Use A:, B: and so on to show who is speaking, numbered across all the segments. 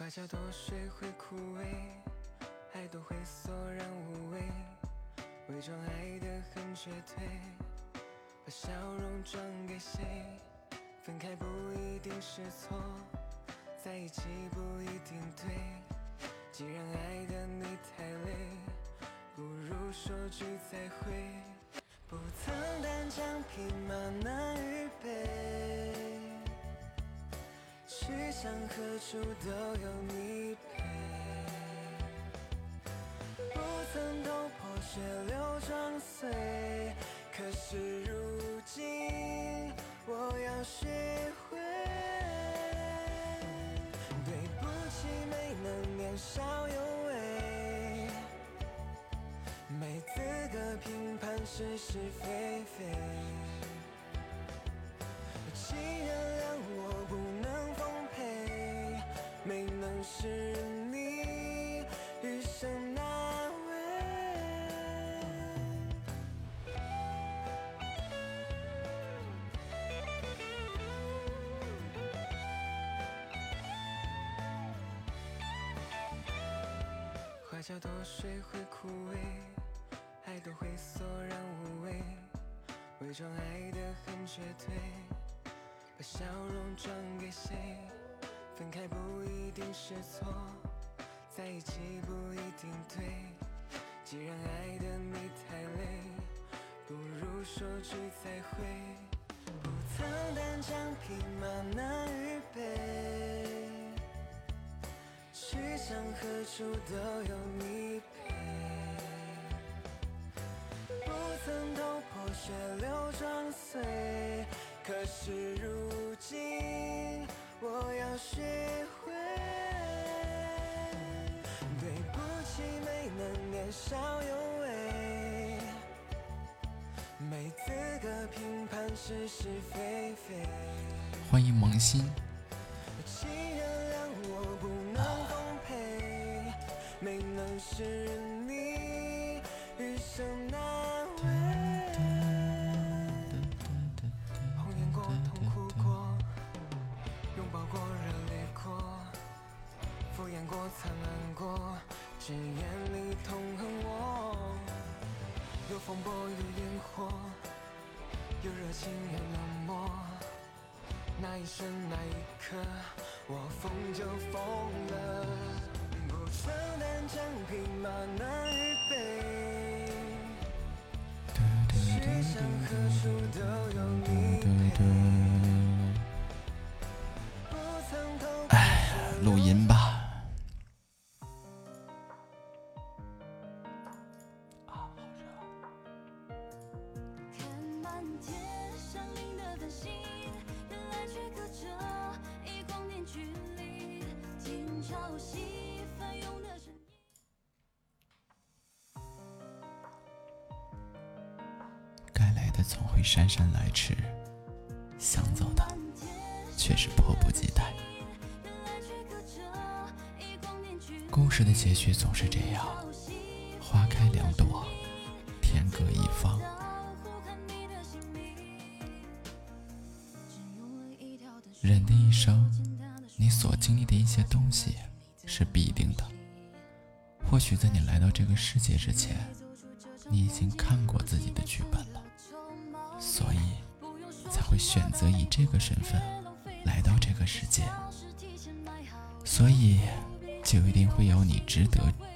A: 花朵水会枯萎，爱都会索然无味，伪装爱得很绝对，把笑容装给谁？分开不一定是错，在一起不一定对。既然爱的你太累，不如说句再会。不曾单枪匹马难预备，去向何处都有你陪。不曾头破血流撞碎，可是如今我要学会。对不起，没能年少有为，没资格评判是是非非。请原谅我不能奉陪，没能是你余生那位。花浇多水会枯萎，爱都会索然无味，伪装爱得很绝对，把笑容装给谁？分开不一定是错，在一起不一定对。既然爱的你太累，不如说句再会。不曾单枪匹马难预备，去向何处都有你陪。不曾头破血流撞碎，可是如今我要学会。对不起，没能年少有为，没资格评判是是非非。
B: 欢迎萌新。
A: 请原谅我不能奉陪，没能是你余生那位。红颜过，痛哭过，拥抱过，热烈过，敷衍过，灿烂过，只愿你痛恨我。有风波，有烟火，有热情，有冷漠。那一瞬，那一刻，我疯就疯了。不曾单枪匹马难预备，去向何处都有你陪。不曾头破血流
B: 录音吧。
C: 看满天闪灵的繁星，原来却隔着一光年距离。听潮汐翻涌的声音。
B: 该来的总会姗姗来迟，想走的却是迫不及待。故事的结局总是这样，花开两朵，天各一方。人的一生，你所经历的一些东西是必定的。或许在你来到这个世界之前，你已经看过自己的剧本了，所以才会选择以这个身份来到这个世界，所以就一定会有你值得。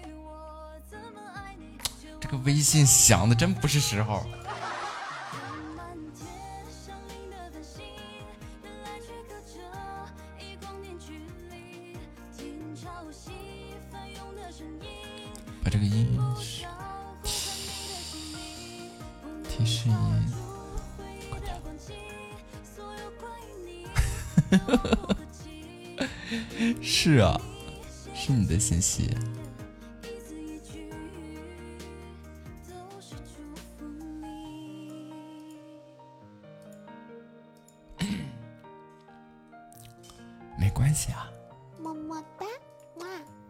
B: 这个微信响的真不是时候。把这个音提示音关掉。是啊，是你的信息。没关系啊。
D: 么么哒，哇！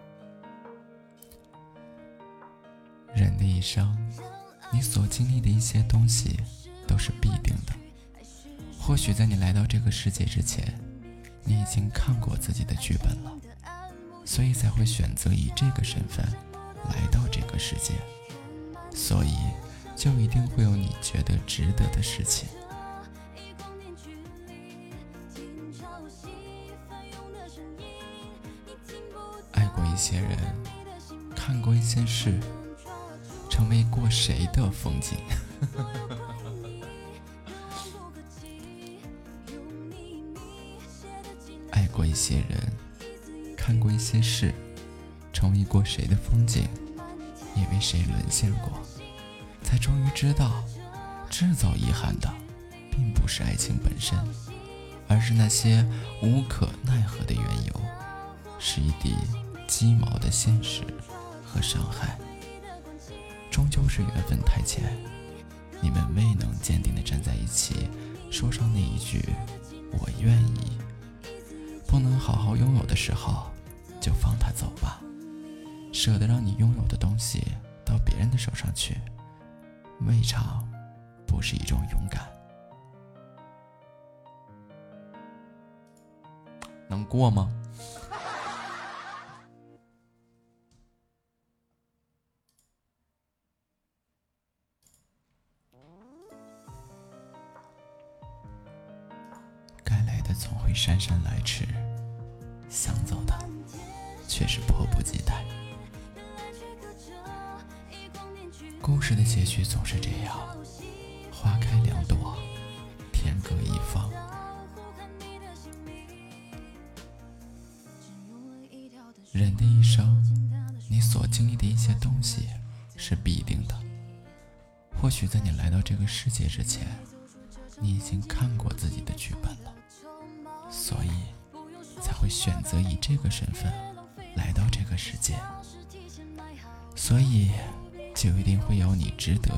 B: 人的一生，你所经历的一些东西都是必定的。或许在你来到这个世界之前，你已经看过自己的剧本了， 所以才会选择以这个身份来到这个世界，所以就一定会有你觉得值得的事情。爱过一些人，看过一些事，成为过谁的风景。爱过一些人，看过一些事，成为过谁的风景，也为谁沦陷过，才终于知道，制造遗憾的并不是爱情本身，而是那些无可奈何的缘由，是一地鸡毛的现实和伤害。终究是缘分太浅，你们未能坚定地站在一起，说上那一句我愿意。不能好好拥有的时候，就放他走吧，舍得让你拥有的东西到别人的手上去，未尝不是一种勇敢。能过吗？该来的总会姗姗来迟，想走的却是迫不及待。故事的结局总是这样，花开两朵，天各一方。人的一生，你所经历的一些东西是必定的。或许在你来到这个世界之前，你已经看过自己的剧本了，所以才会选择以这个身份来到这个世界，所以就一定会有你值得。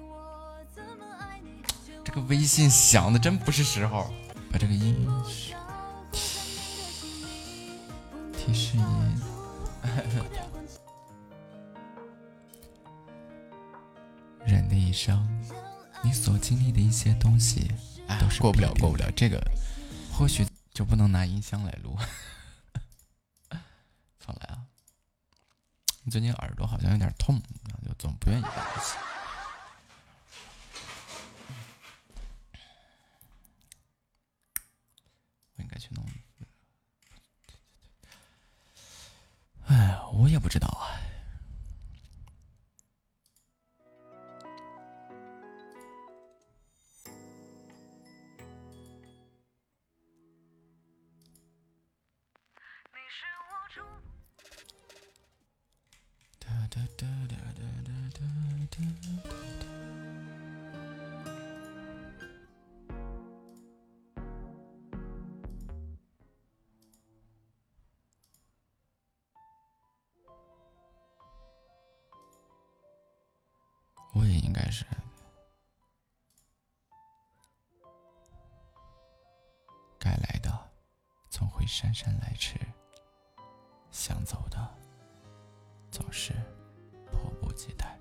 B: 这个微信响的真不是时候，把这个音提示音人的一生，你所经历的一些东西都是过不了这个，或许就不能拿音箱来录。放来啊！你最近耳朵好像有点痛，就总不愿意在一起。我应该去弄。哎，我也不知道啊。我也应该是。该来的总会姗姗来迟，想走的总是迫不及待。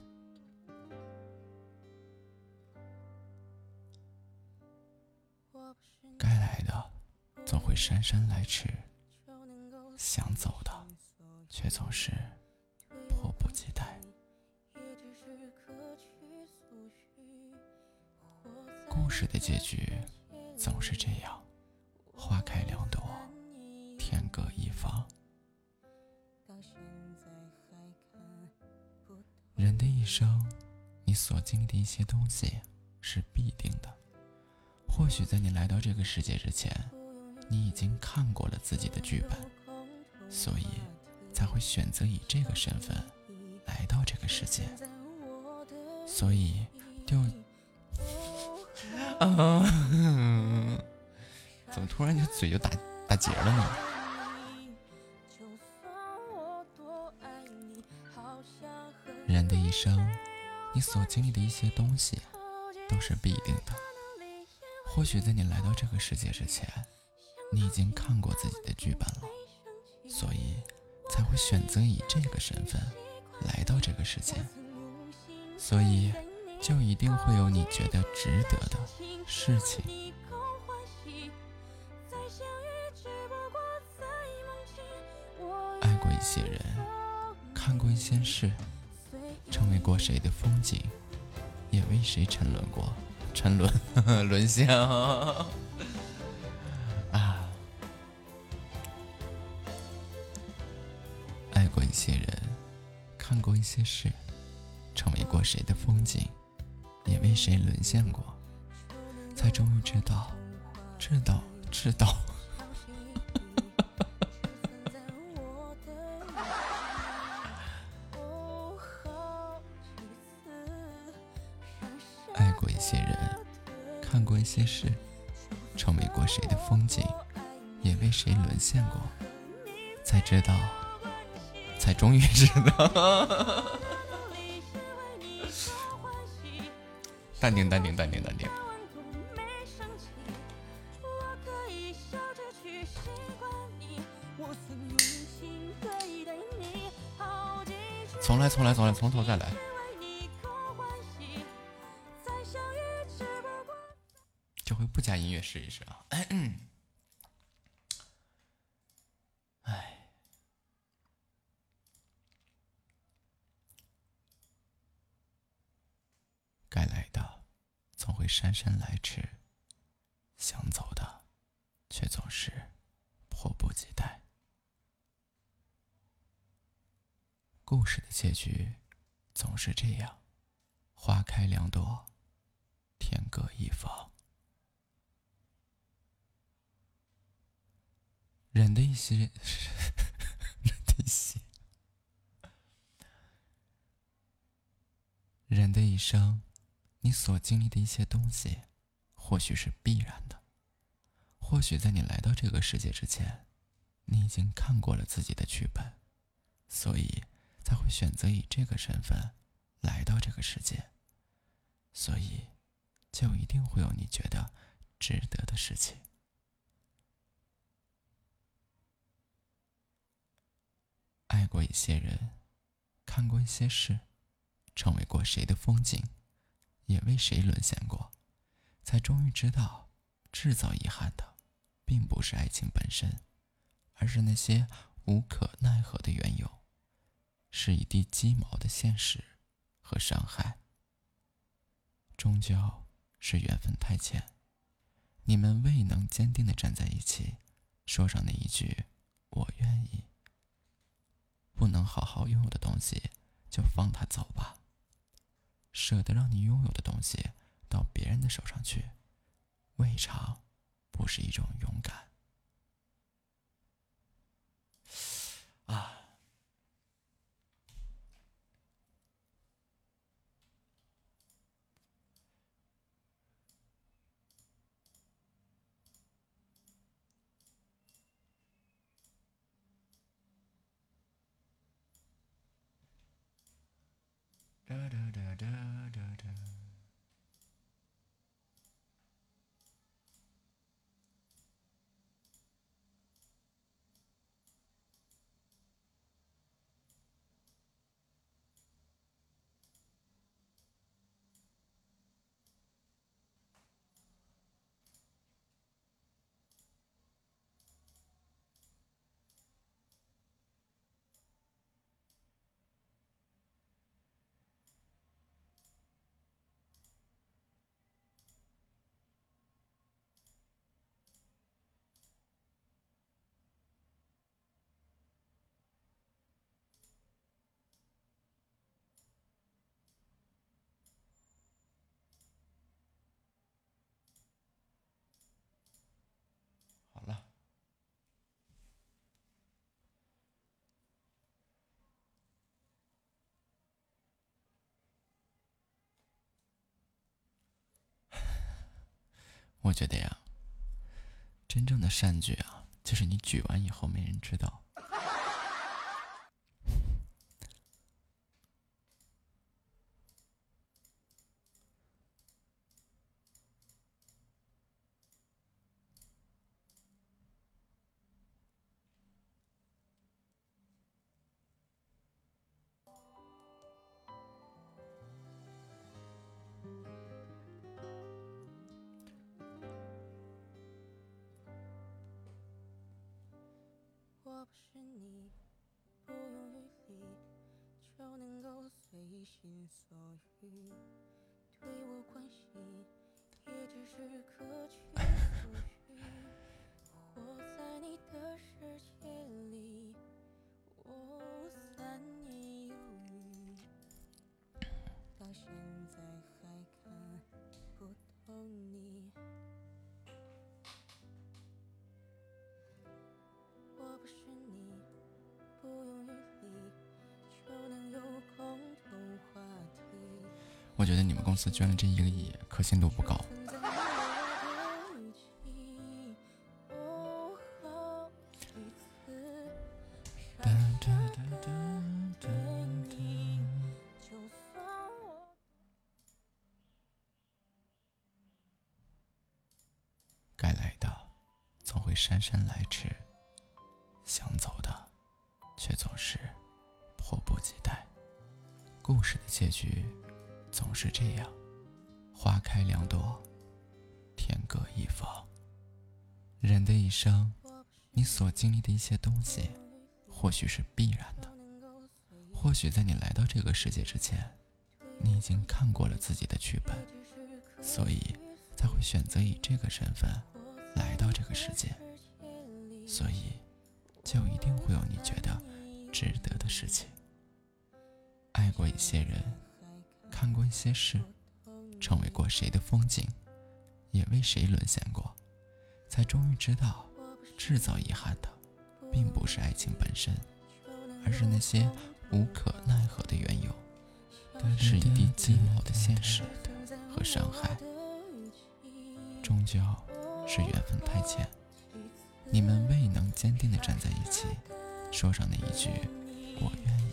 B: 该来的总会姗姗来迟，想走的却总是迫不及待。故事的结局总是这样，花开两朵，天各一方。人的一生，你所经历的一些东西是必定的。或许在你来到这个世界之前，你已经看过了自己的剧本，所以才会选择以这个身份来到这个世界，所以就怎么突然就嘴就打结了呢？人的一生，你所经历的一些东西都是必定的。或许在你来到这个世界之前，你已经看过自己的剧本了，所以才会选择以这个身份来到这个世界，所以就一定会有你觉得值得的事情。爱过一些人，看过一些事，成为过谁的风景，也为谁沉沦过，沦陷啊！爱过一些人，看过一些事，成为过谁的风景，也为谁沦陷过，才终于知道。爱过一些人，看过一些事，成为过谁的风景，也为谁沦陷过，才终于知道。淡定。从头再来。这回不加音乐试一试啊！该来的总会姗姗来迟，想走的却总是迫不及待。故事的结局总是这样，花开两朵，天各一方。人的一生，你所经历的一些东西，或许是必然的，或许在你来到这个世界之前，你已经看过了自己的剧本，所以才会选择以这个身份来到这个世界，所以就一定会有你觉得值得的事情。爱过一些人，看过一些事，成为过谁的风景，也为谁沦陷过，才终于知道，制造遗憾的并不是爱情本身，而是那些无可奈何的缘由，是一地鸡毛的现实和伤害。终究是缘分太浅，你们未能坚定地站在一起，说上那一句我愿意。不能好好拥有的东西，就放它走吧。舍得让你拥有的东西到别人的手上去，未尝不是一种勇敢啊！好了，我觉得呀，真正的善举啊，就是你举完以后没人知道。 我觉得你们公司捐了这1个亿，可信度不高。该来的总会姗姗来迟，想走的却总是迫不及待。故事的结局总是这样，花开两朵，天各一方。人的一生，你所经历的一些东西或许是必然的，或许在你来到这个世界之前，你已经看过了自己的剧本，所以才会选择以这个身份来到这个世界，所以就一定会有你觉得值得的事情。爱过一些人，看过一些事，成为过谁的风景，也为谁沦陷过，才终于知道，制造遗憾的并不是爱情本身，而是那些无可奈何的缘由，是一地鸡毛的现实和伤害。终究是缘分太浅，你们未能坚定地站在一起，说上那一句我愿意。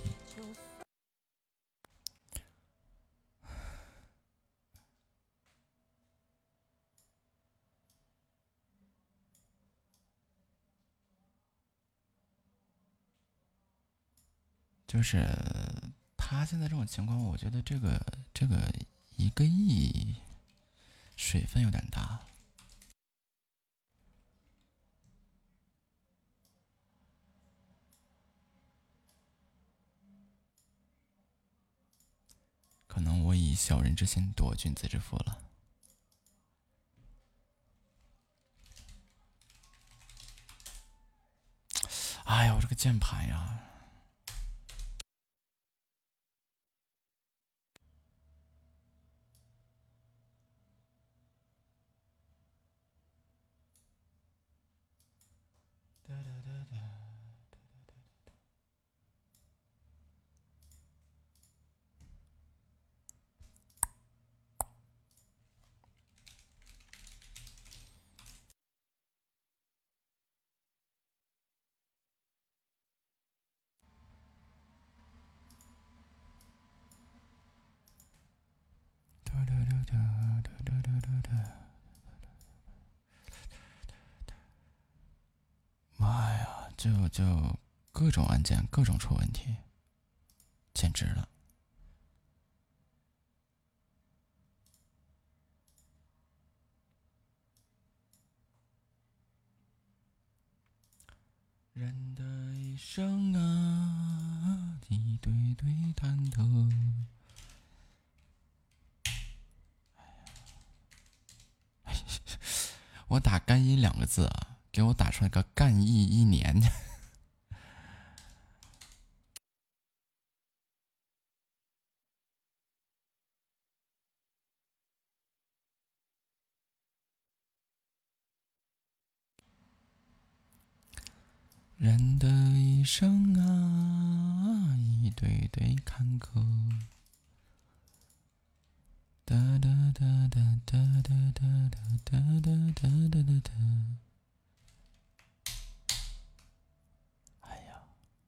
B: 就是他现在这种情况，我觉得这个1个亿水分有点大。可能我以小人之心夺君子之腹了。哎呀，我这个键盘呀！妈呀，就各种案件，各种出问题，简直了。人的一生啊，一堆堆忐忑。我打干一2个字啊，给我打出来个干一1年。人的一生啊，一堆堆坎坷。哒哒哒哒哒哒哒哒哒哒哒哒哒。哎呀，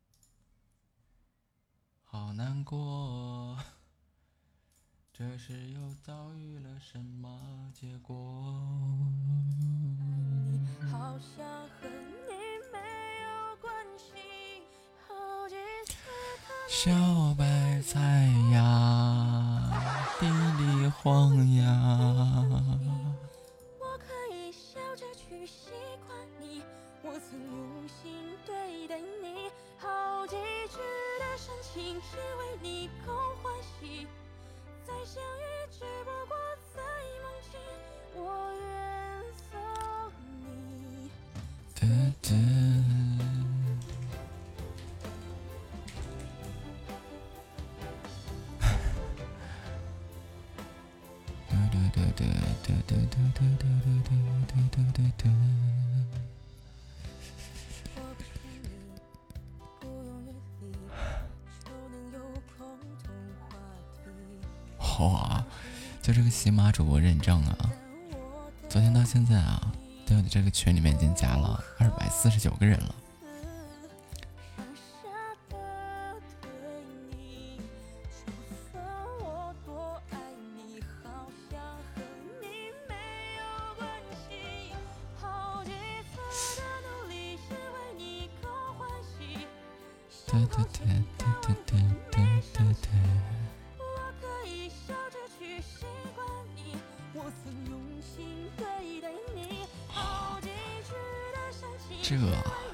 B: 好难过，这是又遭遇了什么结果？
C: 好像和你没有关系，好几次
B: 小白菜呀，地里黄呀。
C: 我可以笑着去习惯你，我曾用心对待你， 好几句的深情，因为你空欢喜。再相遇，只不过在梦境，我愿送你。
B: 哇，就这个喜马主播认证啊，昨天到现在啊，在这个群里面已经加了249个人了。这个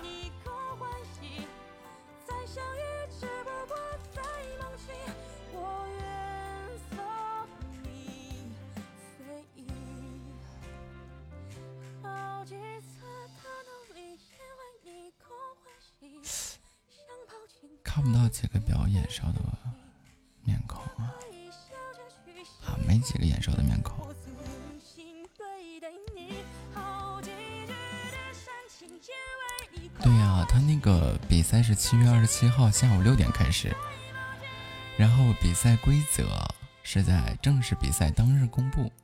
B: 看不到几个比较眼熟的面孔啊，没几个眼熟的面孔。对呀，他那个比赛是7月27号下午6点开始，然后比赛规则是在正式比赛当日公布。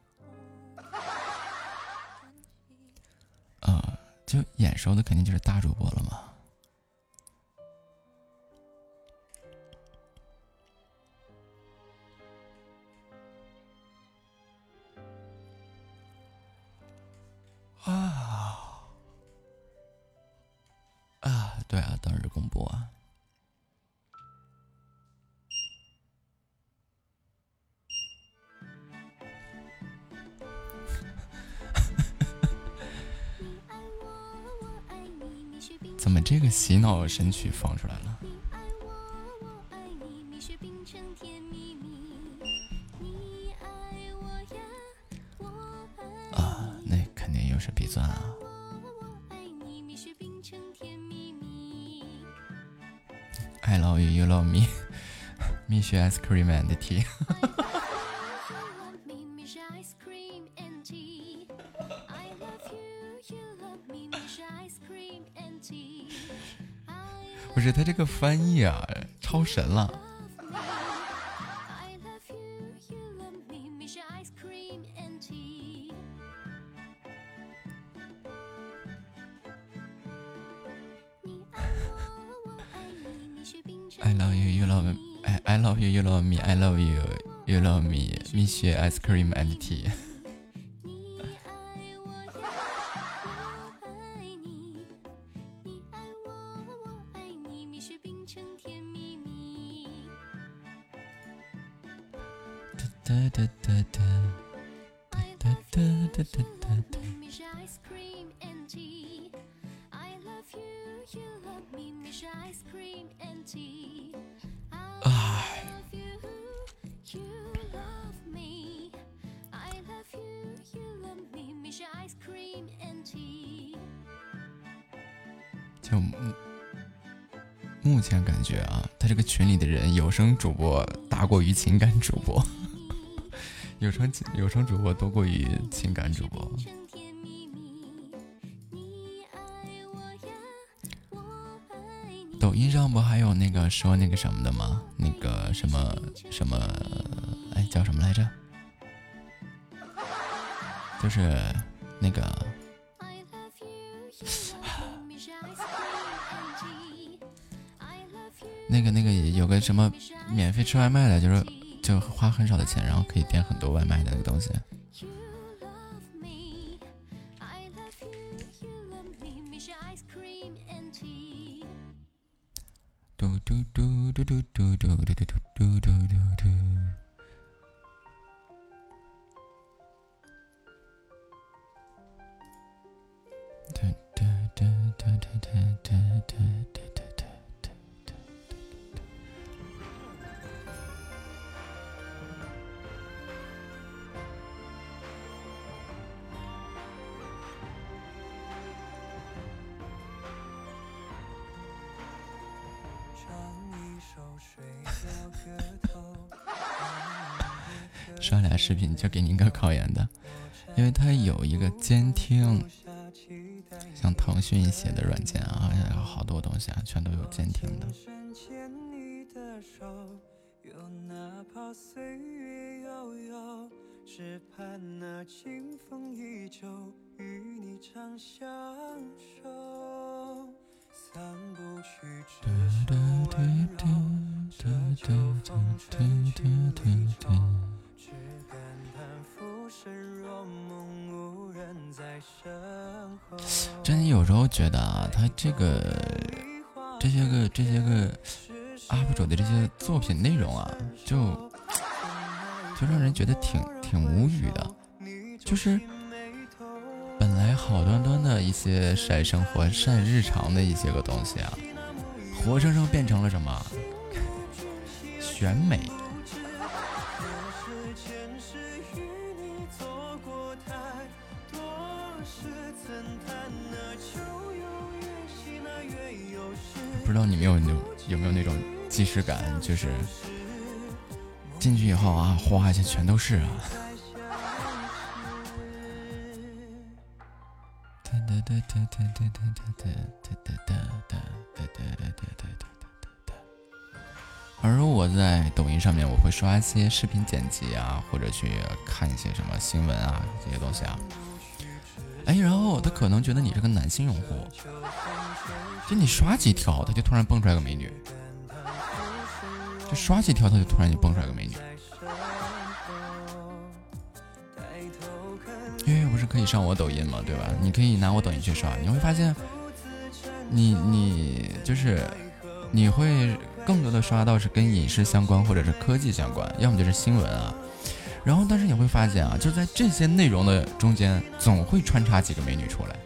B: 就眼熟的肯定就是大主播了嘛。对啊，当日公布啊。怎么这个洗脑神曲放出来了？那肯定又是笔钻啊。I love you, you love me. 蜜雪 ice cream and tea. 不是他这个翻译啊，超神了。I love you, you love me. I love you, you love me. I love you, you love me. 蜜雪 ice cream and tea. 就目前感觉啊，他这个群里的人有声主播大过于情感主播，有声主播多过于情感主播。抖音上不还有那个说那个什么的吗？那个什么什么，哎，叫什么来着？就是那个。那个有个什么免费吃外卖的，就花很少的钱，然后可以点很多外卖的那个东西。嘟嘟嘟嘟嘟嘟嘟嘟嘟嘟嘟嘟。 刷俩视频就给你一个考研的，因为它有一个监听，像腾讯写的软件啊，有好多东西啊，全都有监听的。只盼那清风依旧与你常相守，散不去只手温柔，这秋风吹去离愁，只感叹浮生若梦，无人在身后。真有时候觉得啊，他这些个 UP 主的这些作品内容啊，就让人觉得挺无语的，就是本来好端端的一些晒生活晒日常的一些个东西啊，活生生变成了什么选美。不知道你们有没有那种既视感，就是进去以后啊，哗一下全都是啊。而我在抖音上面，我会刷一些视频剪辑啊，或者去看一些什么新闻啊这些东西啊。哎，然后他可能觉得你是个男性用户，就你刷几条，他就突然蹦出来个美女。就刷几条，他就突然就蹦出来个美女。因为不是可以上我抖音嘛，对吧？你可以拿我抖音去刷，你会发现，你就是你会更多的刷到是跟影视相关或者是科技相关，要么就是新闻啊。然后但是你会发现啊，就在这些内容的中间，总会穿插几个美女出来。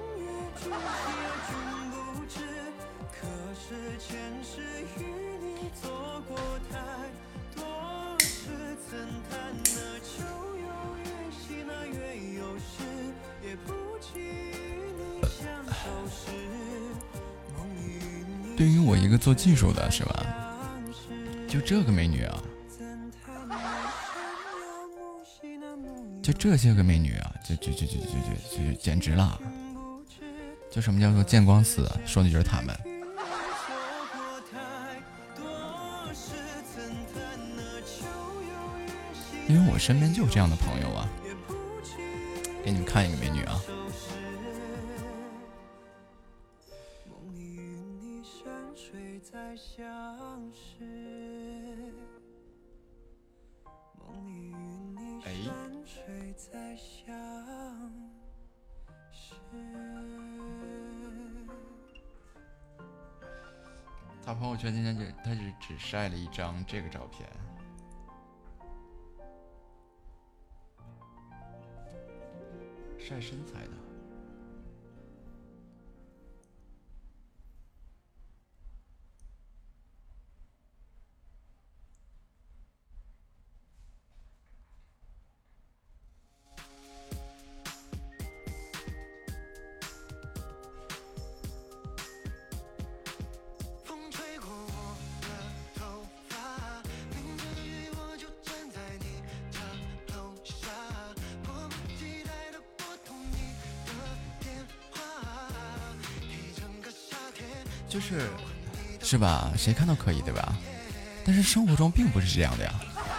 B: 对于我一个做技术的是吧，就这个美女啊，就这些个美女啊，就简直了。就什么叫做见光死，说的就是他们。因为我身边就有这样的朋友啊，给你们看一个美女啊。他朋友圈今天他只晒了一张这个照片，晒身材的。是吧？谁看都可以，对吧？但是生活中并不是这样的呀。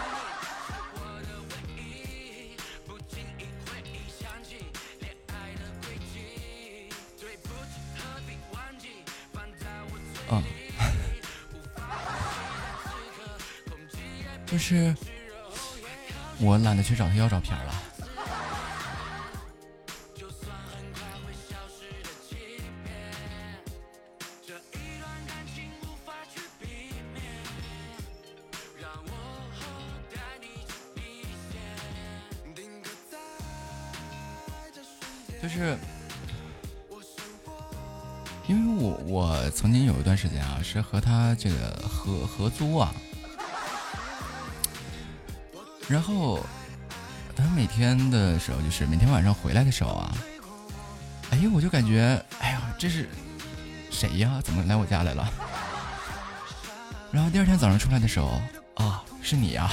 B: 就是我懒得去找他要照片了。就是因为我曾经有一段时间啊，是和他这个合租啊，然后他每天的时候，就是每天晚上回来的时候啊，哎，我就感觉，哎呀，这是谁呀？怎么来我家来了？ 然后第二天早上出来的时候，啊，是你呀！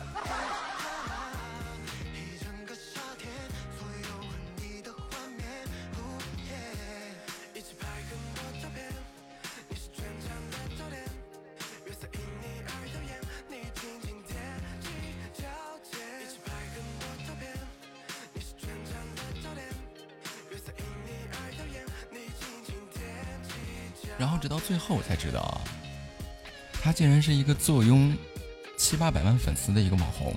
B: 然后直到最后我才知道，他竟然是一个坐拥700-800万粉丝的一个网红。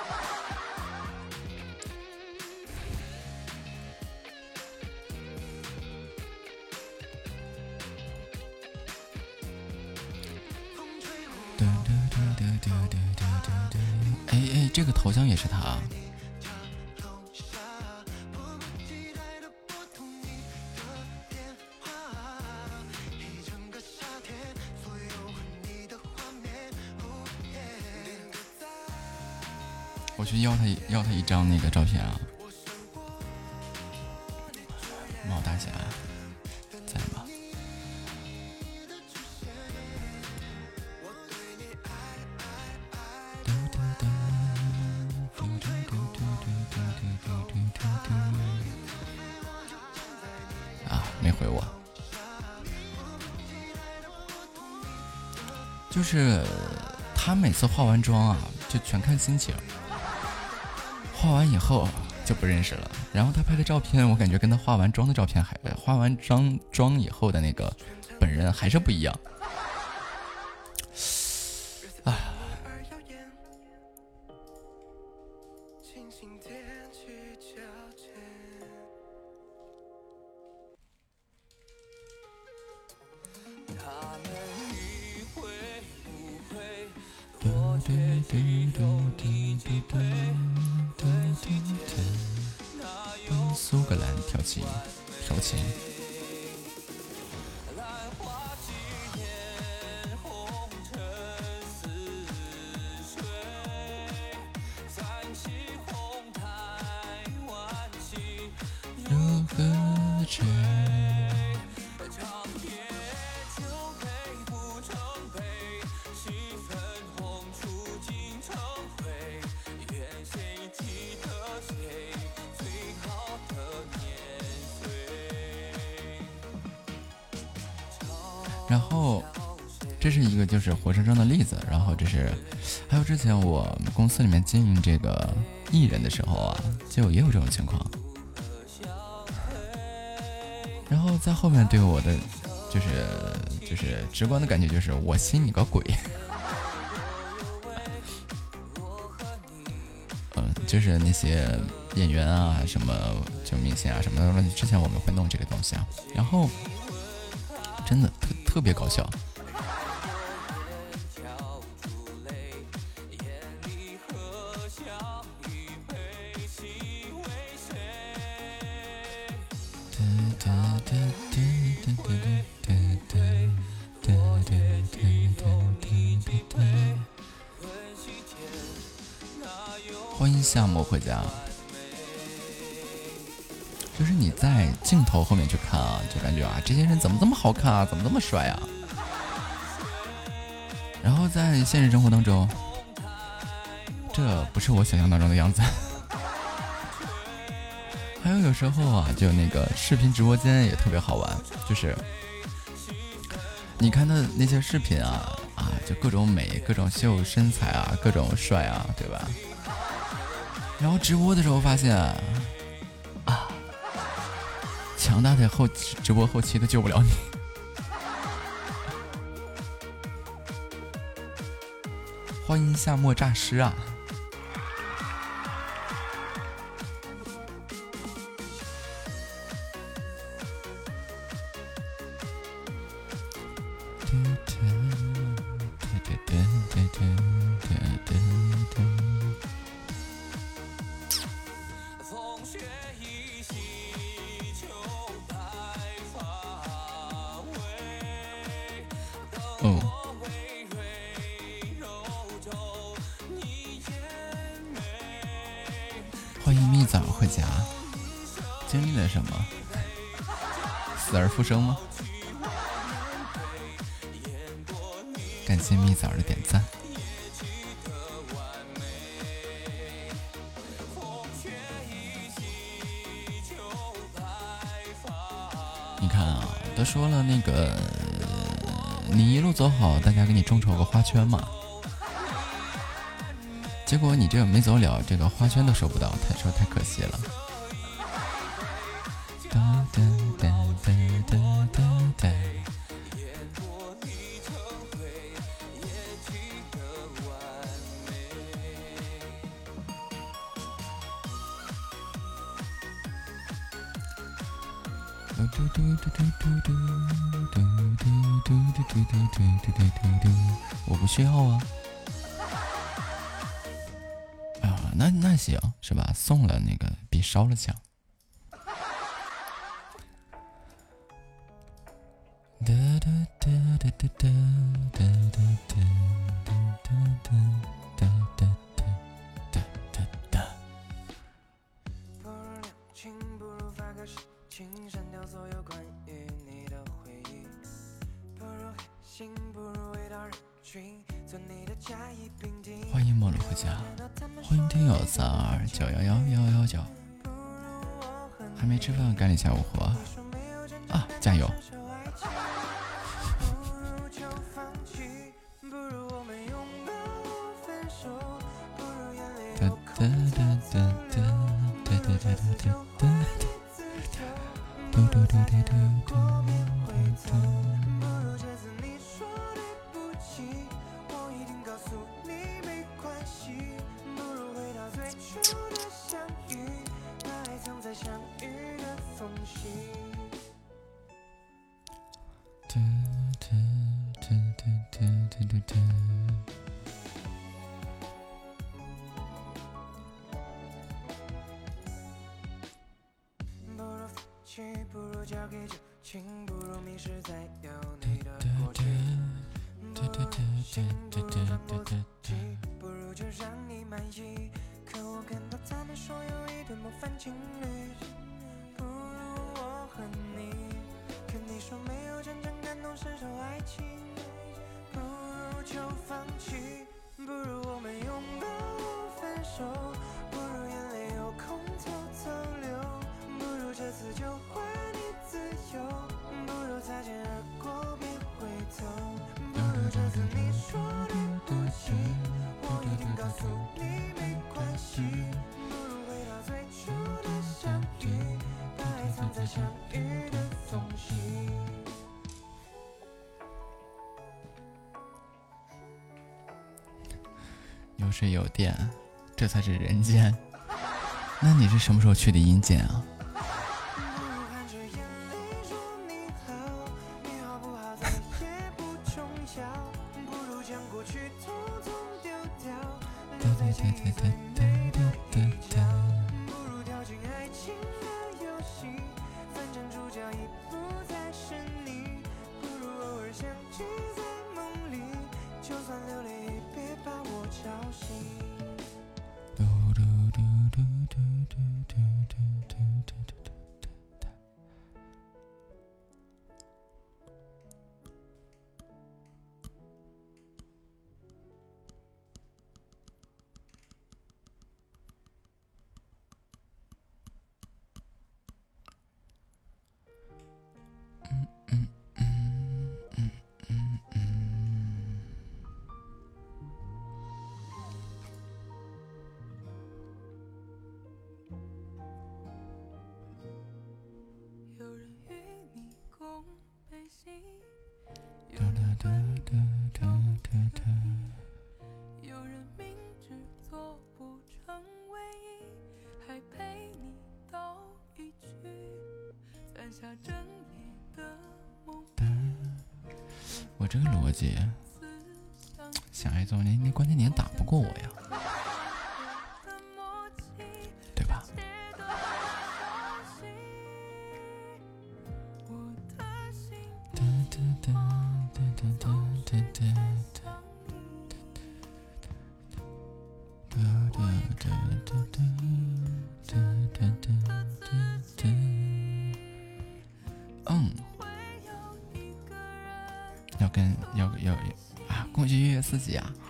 B: 哎，这个头像也是他。我去要他一张那个照片啊，猫大侠在吗？啊，没回我。就是他每次化完妆啊，就全看心情。化完以后就不认识了，然后他拍的照片，我感觉跟他化完妆的照片化完妆以后的那个本人还是不一样。啊，苏格兰调琴。如何吹？然后这是一个就是活生生的例子，然后这是还有之前我们公司里面经营这个艺人的时候啊，就也有这种情况。然后在后面对我的就是直观的感觉就是我信你个鬼。就是那些演员啊什么就明星啊什么的，之前我们会弄这个东西啊，然后真的特别搞笑。欢迎夏末回家。就是你在镜头后面去看啊，就感觉啊，这些人怎么这么好看啊，怎么这么帅啊？然后在现实生活当中，这不是我想象当中的样子。还有时候啊，就那个视频直播间也特别好玩，就是你看的那些视频啊，就各种美，各种秀身材啊，各种帅啊，对吧？然后直播的时候发现强大的直播后期都救不了你。欢迎夏末诈尸啊！欢迎蜜枣回家，经历了什么？死而复生吗？ 感谢蜜枣的点赞。你看啊，都说了那个，你一路走好，大家给你众筹个花圈嘛。结果你这个没走了，这个花圈都收不到，他说太可惜了。我不需要啊。啊，那行是吧？送了那个比烧了强。欢迎陌路回家，欢迎听友32921119，还没吃饭，干了一下午活啊！加油！有水有电，这才是人间。那你是什么时候去的阴间啊？我这个逻辑，想挨揍你关键你也打不过我呀，对吧？ 恭喜月月4级啊！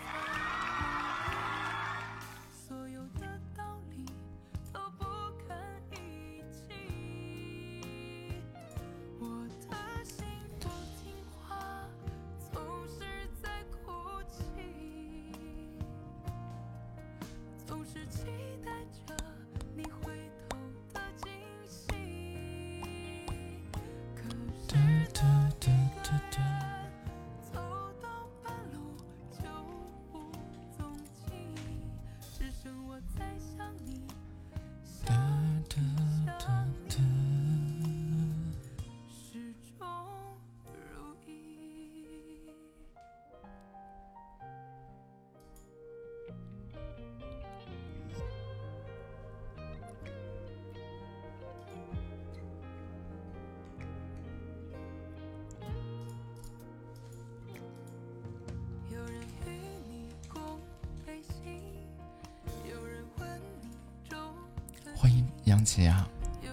B: 欢迎杨琪啊！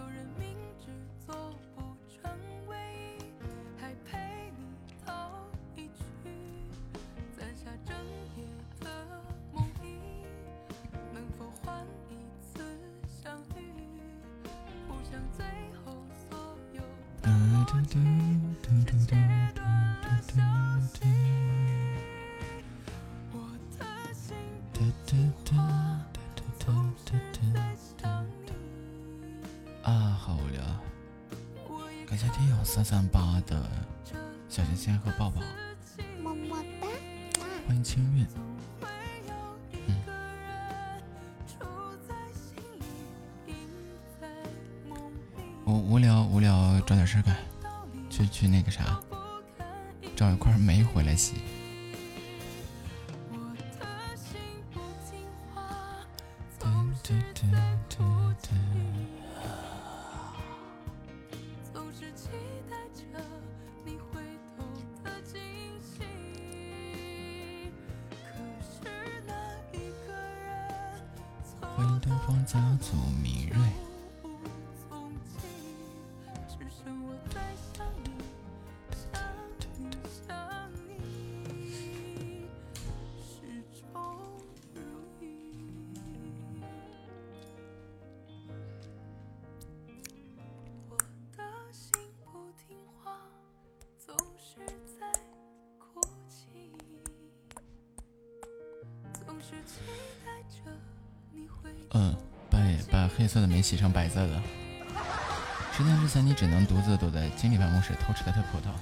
B: 啊，好无聊！感谢听友338的小心心和抱抱，
D: 么么哒，
B: 欢迎清韵。我无聊，找点事干，去那个啥，找一块煤回来洗。欢迎东方家族明锐。把黑色的煤洗成白色的。10天之前，你只能独自躲在经理办公室偷吃他的葡萄。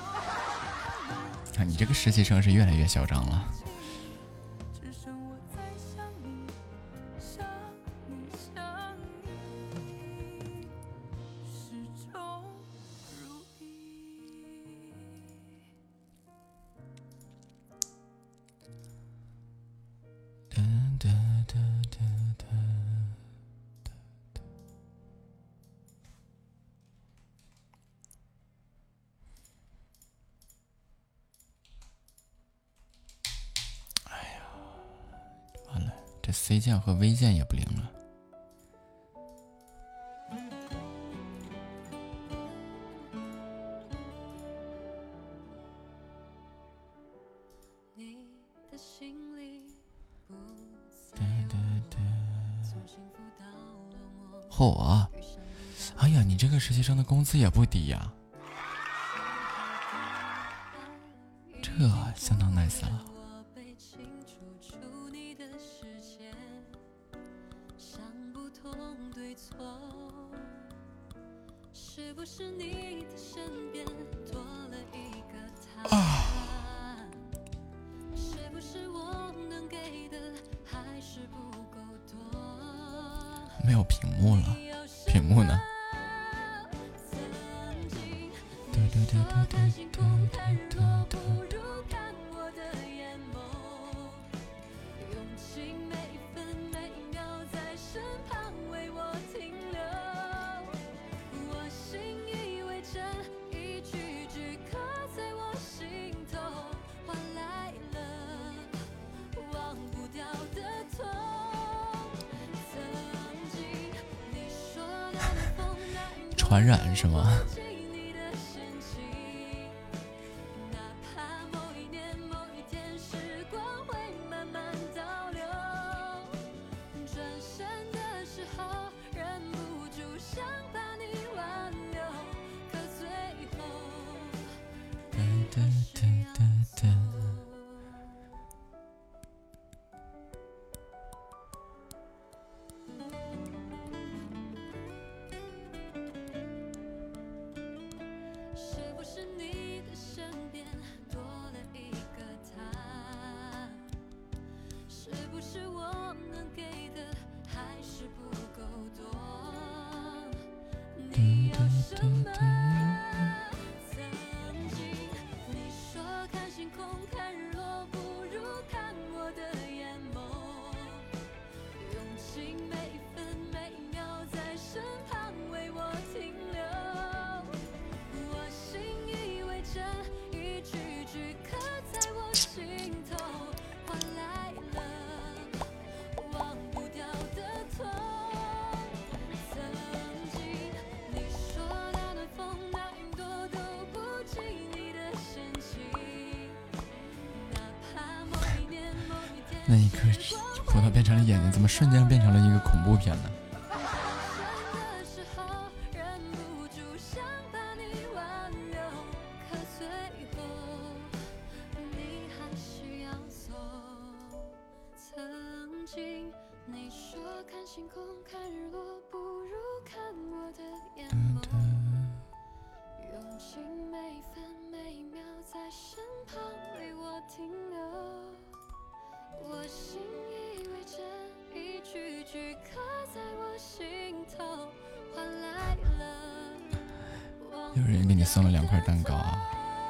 B: 啊，你这个实习生是越来越嚣张了。C 键和 V 键也不灵了。嚯啊！哎呀，你这个实习生的工资也不低呀，这相当 nice 了。没有屏幕了，屏幕呢？传染是吗？
C: 是不是你的身边多了一个他？是不是我能给的还是不够多？你有什么？曾经你说看星空看日落不如看我的眼眸，用尽每分每秒在身旁为我停留。我信以为真，一句句刻在我心头，换来了忘不掉的痛。曾经你说那暖风那云朵都不及你的深情，哪怕某一年某一天
B: 那一刻葡萄变成了眼睛，怎么瞬间变成了一个恐怖片呢？
C: 的时候忍不住想把你挽留，可最后你还是要走。曾经你说看星空看日落不如看我的眼眸，用尽每分每秒在身旁为我停留。我信以为真，一句句刻在我心头，换来了
B: 有人给你送了2块蛋糕啊！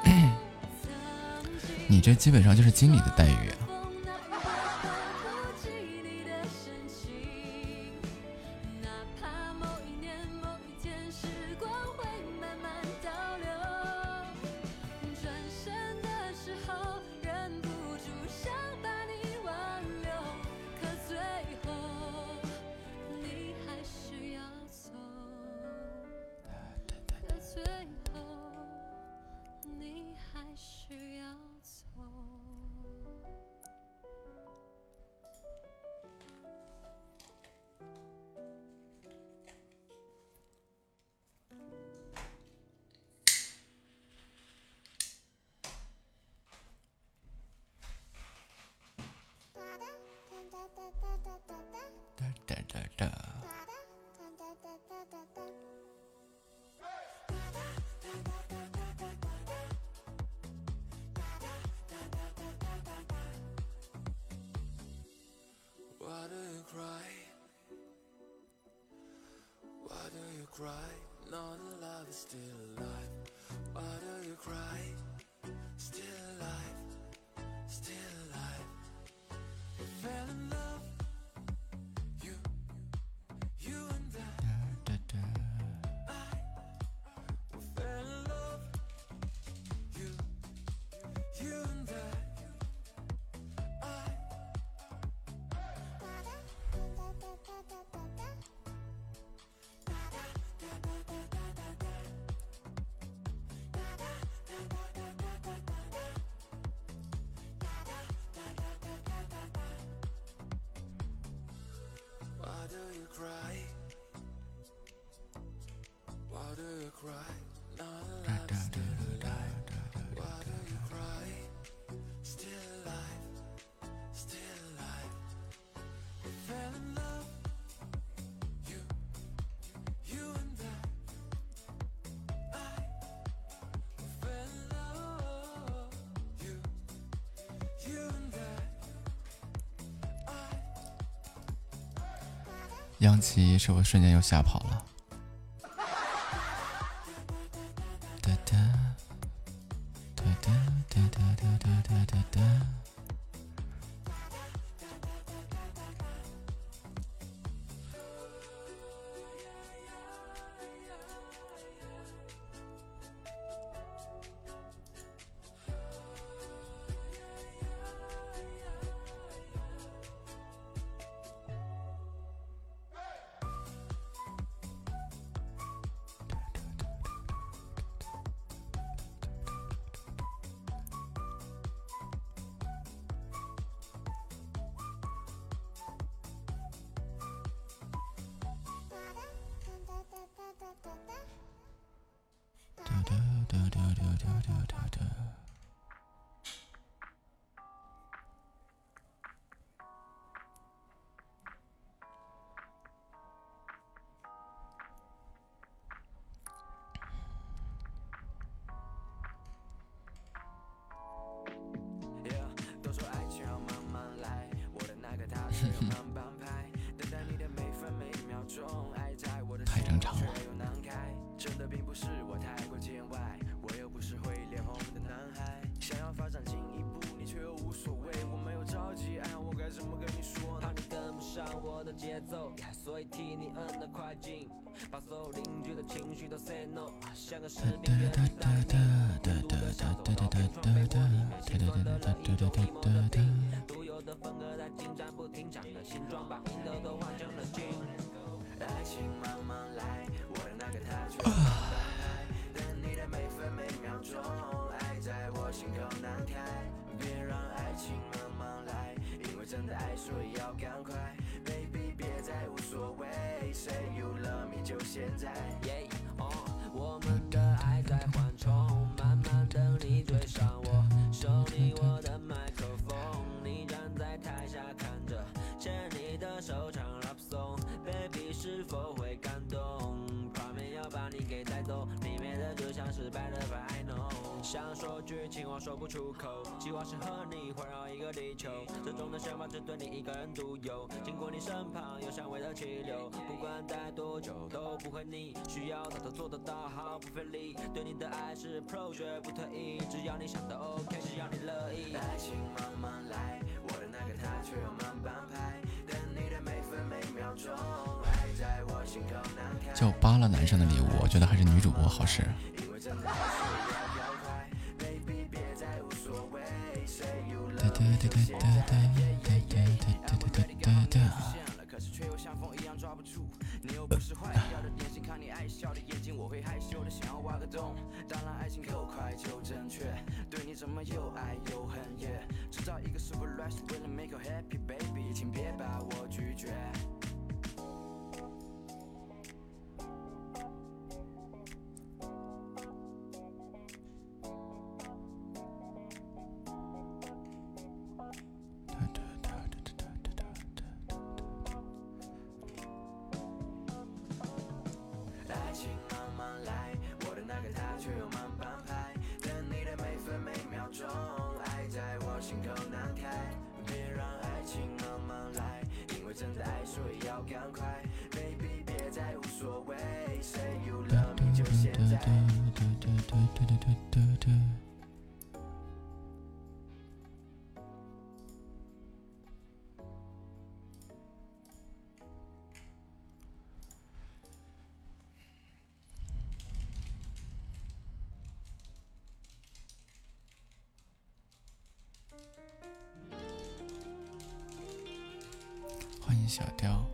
B: 你这基本上就是经理的待遇啊！
A: Why do you cry? Why do you cry? Now the love is still alive. Why do you cry? Still alive, still alive. We fell in love, you and I. We fell in love, you and I. Why do you cry? Why do you cry? Now the light is still alive. Why do you cry? Still alive, still alive. We fell in love, you and I. We fell in love, you and I.
B: 杨琪是不是瞬间又吓跑了？哒哒哒哒哒哒哒哒哒哒。
A: 的节奏，所以替你摁得快进，把所有邻居的情绪都 say no， 像个士兵原地待命，孤独的小走到片窗被窝里面，心酸的人一种阴谋的病，独有的风格在进展不停，长的形状把赢的都换成了金。爱情慢慢来，我的那个他却慢慢来，等你的每分每秒钟，爱在我心口难开，别让爱情慢慢来，因为真的爱所以要赶快 ，baby 别再无所谓 ，say you love me 就现在。我们的爱在缓冲，慢慢等你追上我，手你我的麦克风，你站在台下看着，牵你的手唱 rap song，baby 是否会感动？画面要把你给带走，里面的就像是白的饭 I know， 想说句情话说不出口，计划是和你环绕一个地球，这种的想法只对你一个人独有，经过你身旁有香味的气流，不管待多久都不会腻，需要的都做得到毫不费力，对你的爱是 pro 绝不退役，只要你想的 OK， 只要你乐意。爱情慢慢来，我的那个他却又慢半拍，等你的每分每秒钟，爱在我心口难开。
B: 就扒了男生的礼物，我觉得还是女主播好使。
A: 可是却又像风一样抓不住，你又不是坏掉的典型，看你爱笑的眼睛，我会害羞的想要挖个洞。当然爱情够快就正确，对你怎么又爱又恨耶，制造一个 super rush， 为了 make you happy baby， 请别把我拒绝。
B: 欢迎小雕。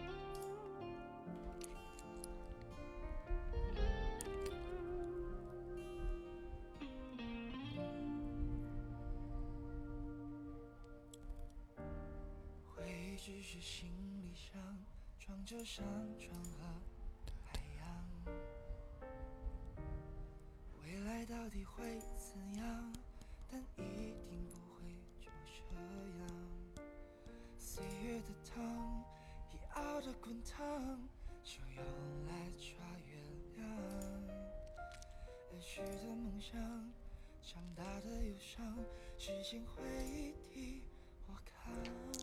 A: 回忆只是行李箱，装着山川和海洋，未来到底会怎样？但一定不会就这样。岁月的汤已熬得滚烫，就用来抓月亮。儿时的梦想，长大的忧伤，时间会替我扛。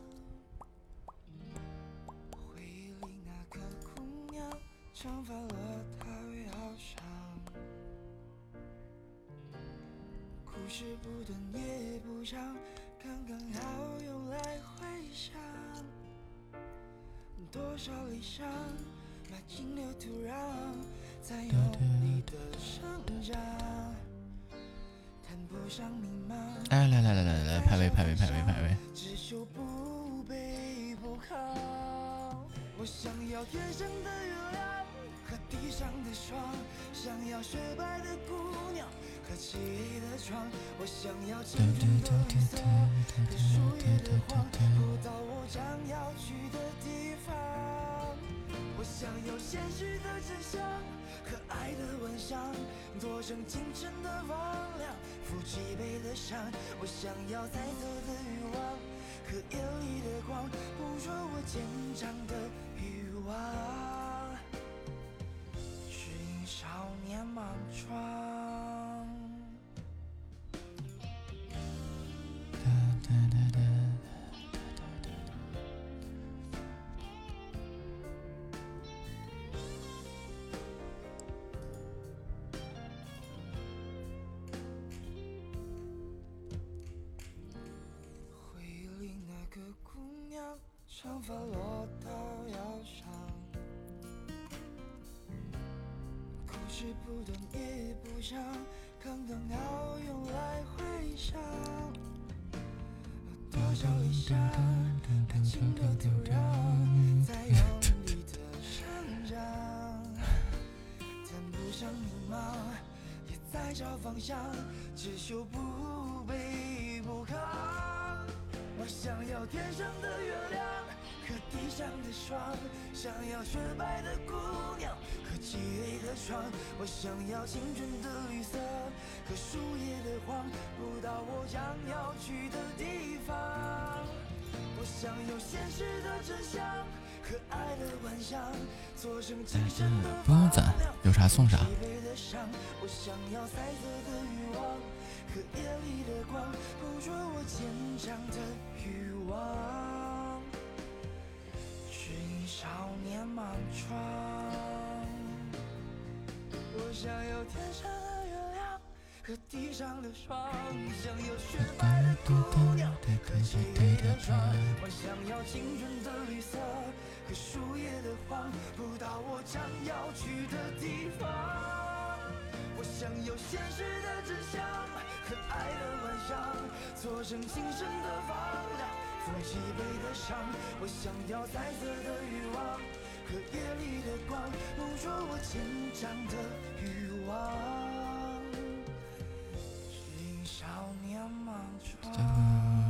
A: 回忆里那个姑娘，长发落到腰上，故事不短也不长，刚刚好用来回想。多少理想埋进了土壤，才有你的生长，谈不上迷茫。
B: 哎，来，排位，
A: 只求不卑不亢。我想要天上的月亮和地上的霜，想要雪白的姑娘和漆黑的窗。我想要青春的绿色和树叶的黄，不到我将要去的地方。我想要现实的真相和爱的温香，做成清晨的光亮，抚脊背的伤。我想要彩色的欲望和夜里的光，捕捉我坚强的欲望，指引少年莽撞。长发落到是不懂也不想，刚刚好用来回想。多少理想，它经过土壤，在用力的生长。谈不上迷茫，也在找方向，只求不卑不亢。我想要天上的月亮和地上的霜，想要雪白的姑娘和漆黑的窗。我想要青春的绿色和树叶的黄，不到我想要去的地方。我想有现实的真相和爱的幻想，做成今生的
B: 不用攒，有啥送啥。
A: 我想要彩色的欲望和夜里的光，捕捉我坚强的欲望。寻少年莽撞，我想要天上的月亮和地上的霜，想要雪白的姑娘和漆黑的窗。我想要青春的绿色和树叶的黄，不到我将要去的地方。我想有现实的真相和爱的幻想，做成今生的房梁，负脊背的伤。我想要彩色的欲望和夜里的光，捕捉我坚强的欲望。青少年莽撞。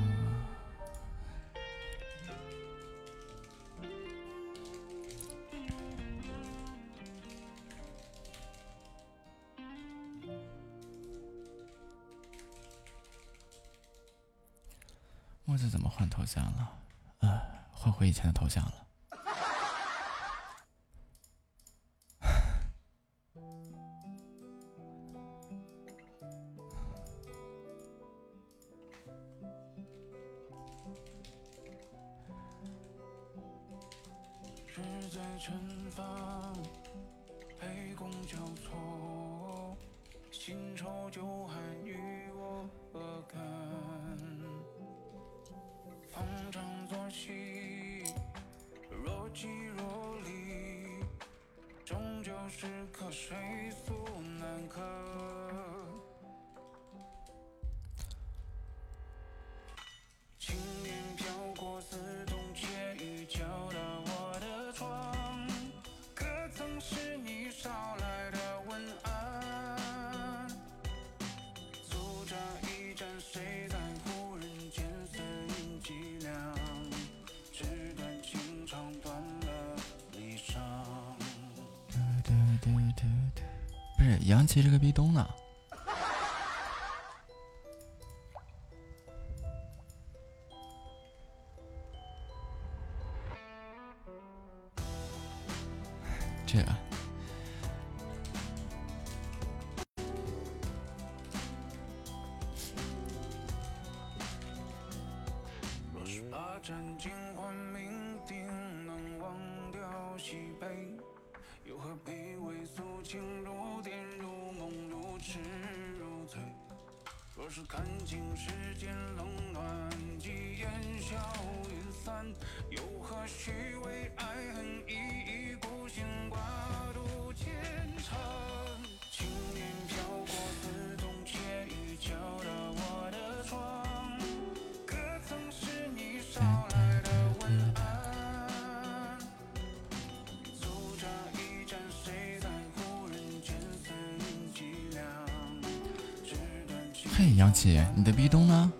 B: 墨子怎么换头像了？换回以前的头像了。
A: 日在前方，杯弓交错，新愁旧恨与我何干？方丈作戏，若即若离，终究是客谁诉难可。青烟飘过似冬切雨，敲打我的窗，可曾是你捎来的问安？诉着一盏谁在乎人间似饮凄凉，纸短情长断了离殇。
B: 不是杨琪这个壁咚呢？这个
A: 若是把战尽换命定，能忘掉西北，又何必为诉情如电如梦如痴如醉？若是看清世间冷暖，即烟消云散，又何须为爱恨一意孤行挂渡前程？青烟飘过似冬切雨，敲打我的窗，可曾是你捎来的问安？诉着一盏谁在乎人间似饮凄凉，纸短情
B: 嘿，杨琪，你的壁咚呢？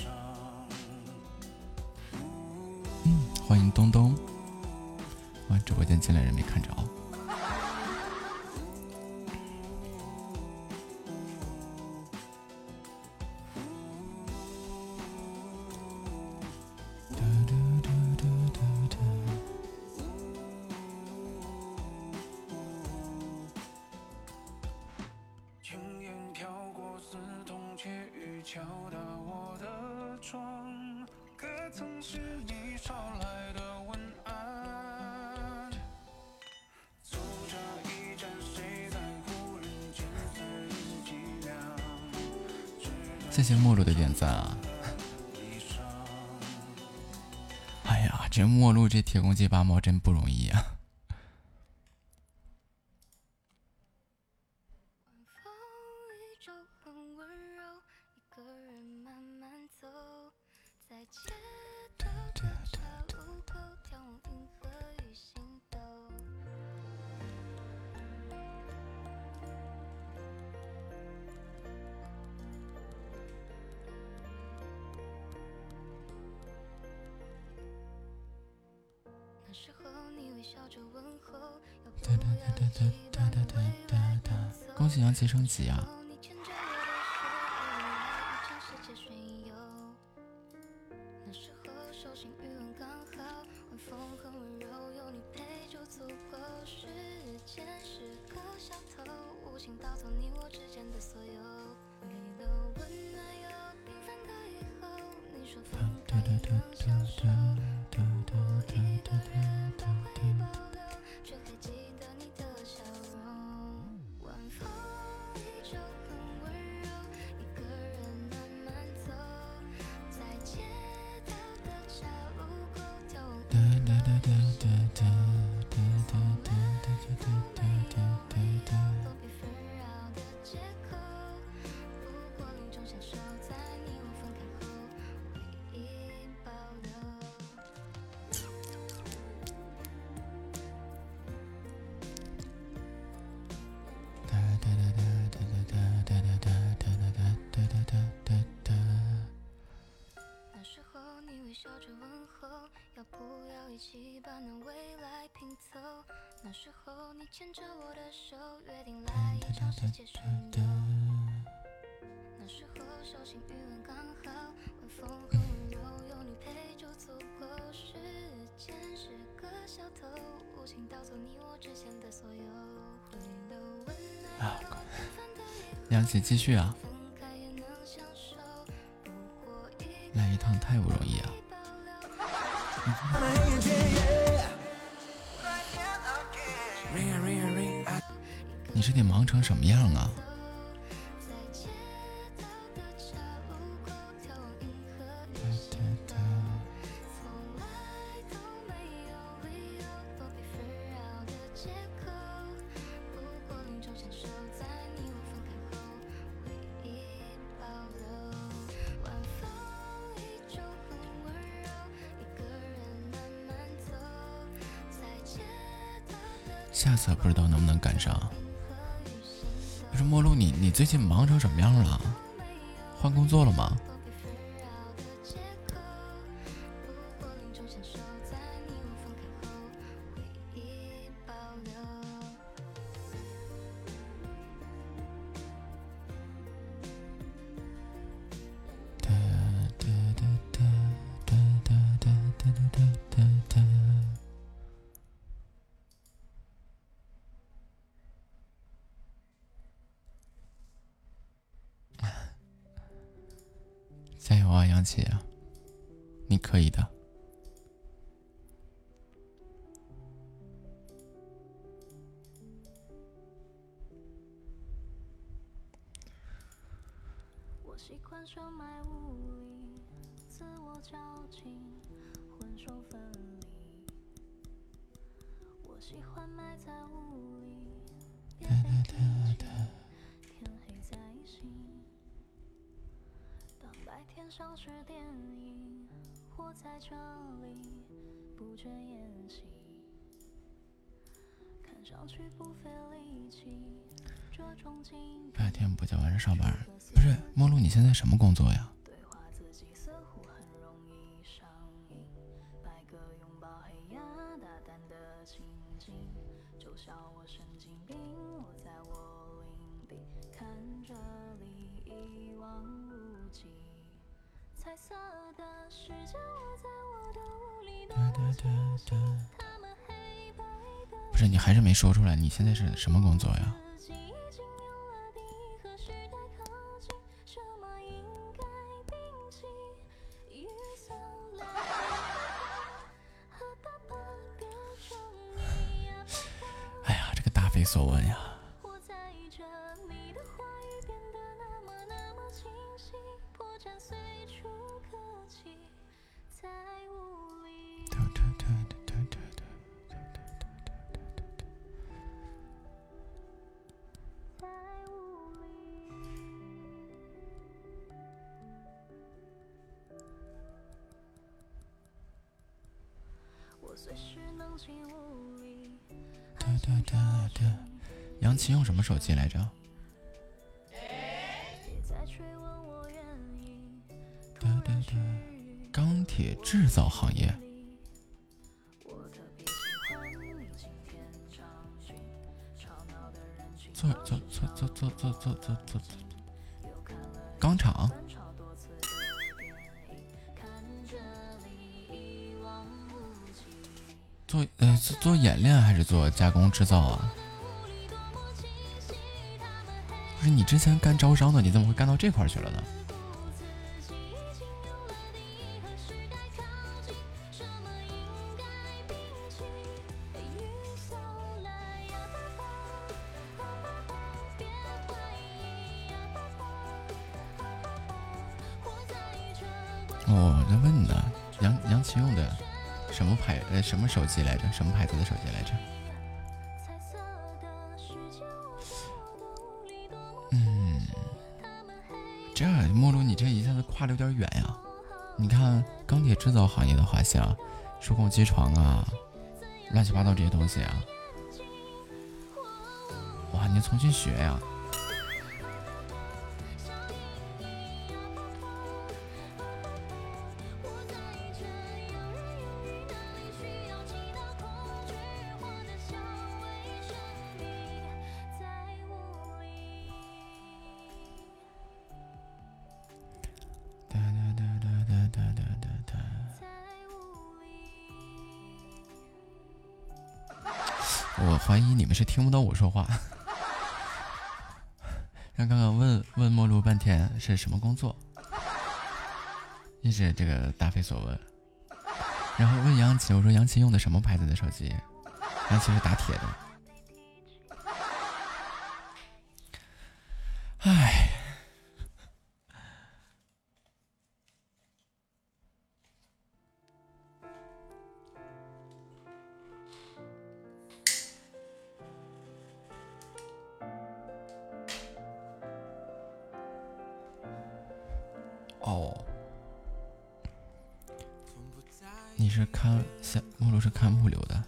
B: 欢迎东东。我直播间进来人没看着。
A: 青烟飘过似冬切雨，敲打我的窗，可曾是你捎来的问安？诉着一盏谁在乎人间似饮凄凉，
B: 谢谢陌路的点赞啊！哎呀，这陌路这铁公鸡8毛真不容易啊！
C: 个人慢慢走，在街头的岔路口眺望银河与星斗。那时候你微笑着问候，要不要一起把那未来拼凑？
B: 恭喜杨奇升级啊！
C: 你牵着我的手，一场世界巡游。那时候手心余温刚好，晚风很温柔，有你陪就足够。时间是个小偷，无情盗走你我之间的所有。为了温暖又平凡的以后，你说分开也能相守。不过一个人都会保留，却还记得你的笑容。晚风依旧很温柔，一个人慢慢走，在街道的岔路口眺望银河与星斗。从来都没有理由躲避纷扰的借口，不过林中牵手，在你我分开后，回忆保留。那时候你微笑着问候，要不要一起把那未来拼凑？那时候你牵着我的手，约定来一场世界巡游。那时候手心余温刚好，晚风很温柔，有你陪就足够。时间是个小偷，无情盗走你我之间的所有。为了温暖又平凡的以后，
B: 杨奇继续啊！
C: 分开也能相守。不过一个
B: 来一趟太不容易啊！
C: 保留。
B: 你是得忙成什么样啊？
C: 在街道的岔路口眺望银河与星斗，从来都没有理由躲避纷扰的借口，不过林中牵手，在你我分开后，回忆保留。晚风依旧很温柔，一个人慢慢走，在街道的
B: 下次不知道能不能赶上。
C: 银河与星斗。
B: 不是陌路你最近忙成什么样了？换工作了吗？
C: 躲避纷扰的借口，不过林中牵手，在你我分开后，回忆保留。
B: 加油啊，杨奇，你可以的。
C: 我习惯收买无力，自我较劲，浑身分离。我喜欢埋在雾里，别被听见，天黑在心。当白天像是电影，活在这里，不倦演戏，看上去不费力气，这种境地。
B: 白天不叫晚上上班，不是陌路，你现在什么工作呀？
C: 对话自己似乎很容易上瘾，摆个拥抱黑压大胆的情景，就像我神经病，我在我领地，看着里一望无际，彩色的世界我在我的雾里多么清晰，他们黑白的
B: 不是你还是没说出来，你现在是什么工作呀？
C: 自己已经有了底，和时代靠近，什么应该摒弃，雨伞了和爸爸变成你呀，
B: 哎呀，这个答非所问呀！
C: 活在这你的话语变得那么清晰，破绽随处可及，在雾里。在雾里。
B: 杨奇用什么手机来着？钢铁制造行业。做钢厂。做演练还是做加工制造啊？不是你之前干招商的，你怎么会干到这块去了呢？我在问你呢，杨奇用的什么什么手机来着？什么牌子的手机来着？这莫鲁，你这一下子跨的有点远呀！你看钢铁制造行业的话，像数控机床啊，乱七八糟这些东西啊，哇，你重新学呀！我怀疑你们是听不到我说话。刚刚问陌路半天是什么工作，一直这个答非所问。然后问杨琪，我说杨琪用的什么牌子的手机？杨琪是打铁的。唉。哦，你是看目录是看物流的，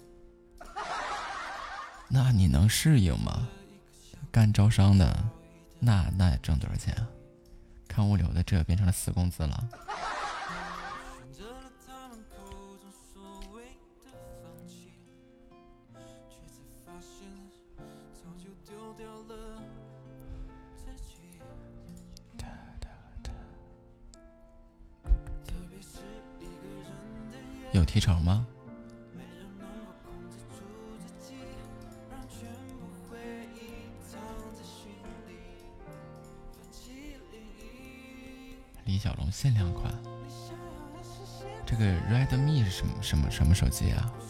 B: 那你能适应吗？干招商的，那挣多少钱啊？看物流的，这变成了死工资了。有提成吗？李小龙限量款，这个 Redmi 是什么手机啊？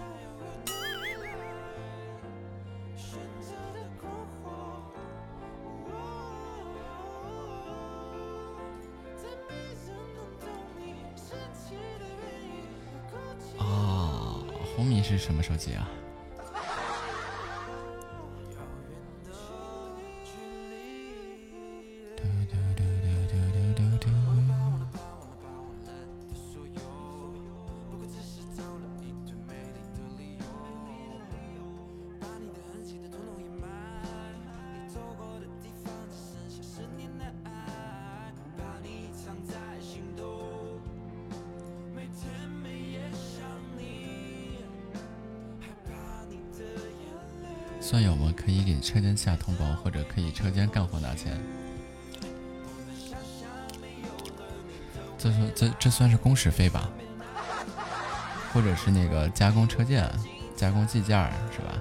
B: 红米是什么手机啊？算有吗？可以给车间下通报，或者可以车间干活拿钱。这算是工时费吧？或者是那个加工车件、加工计件是吧？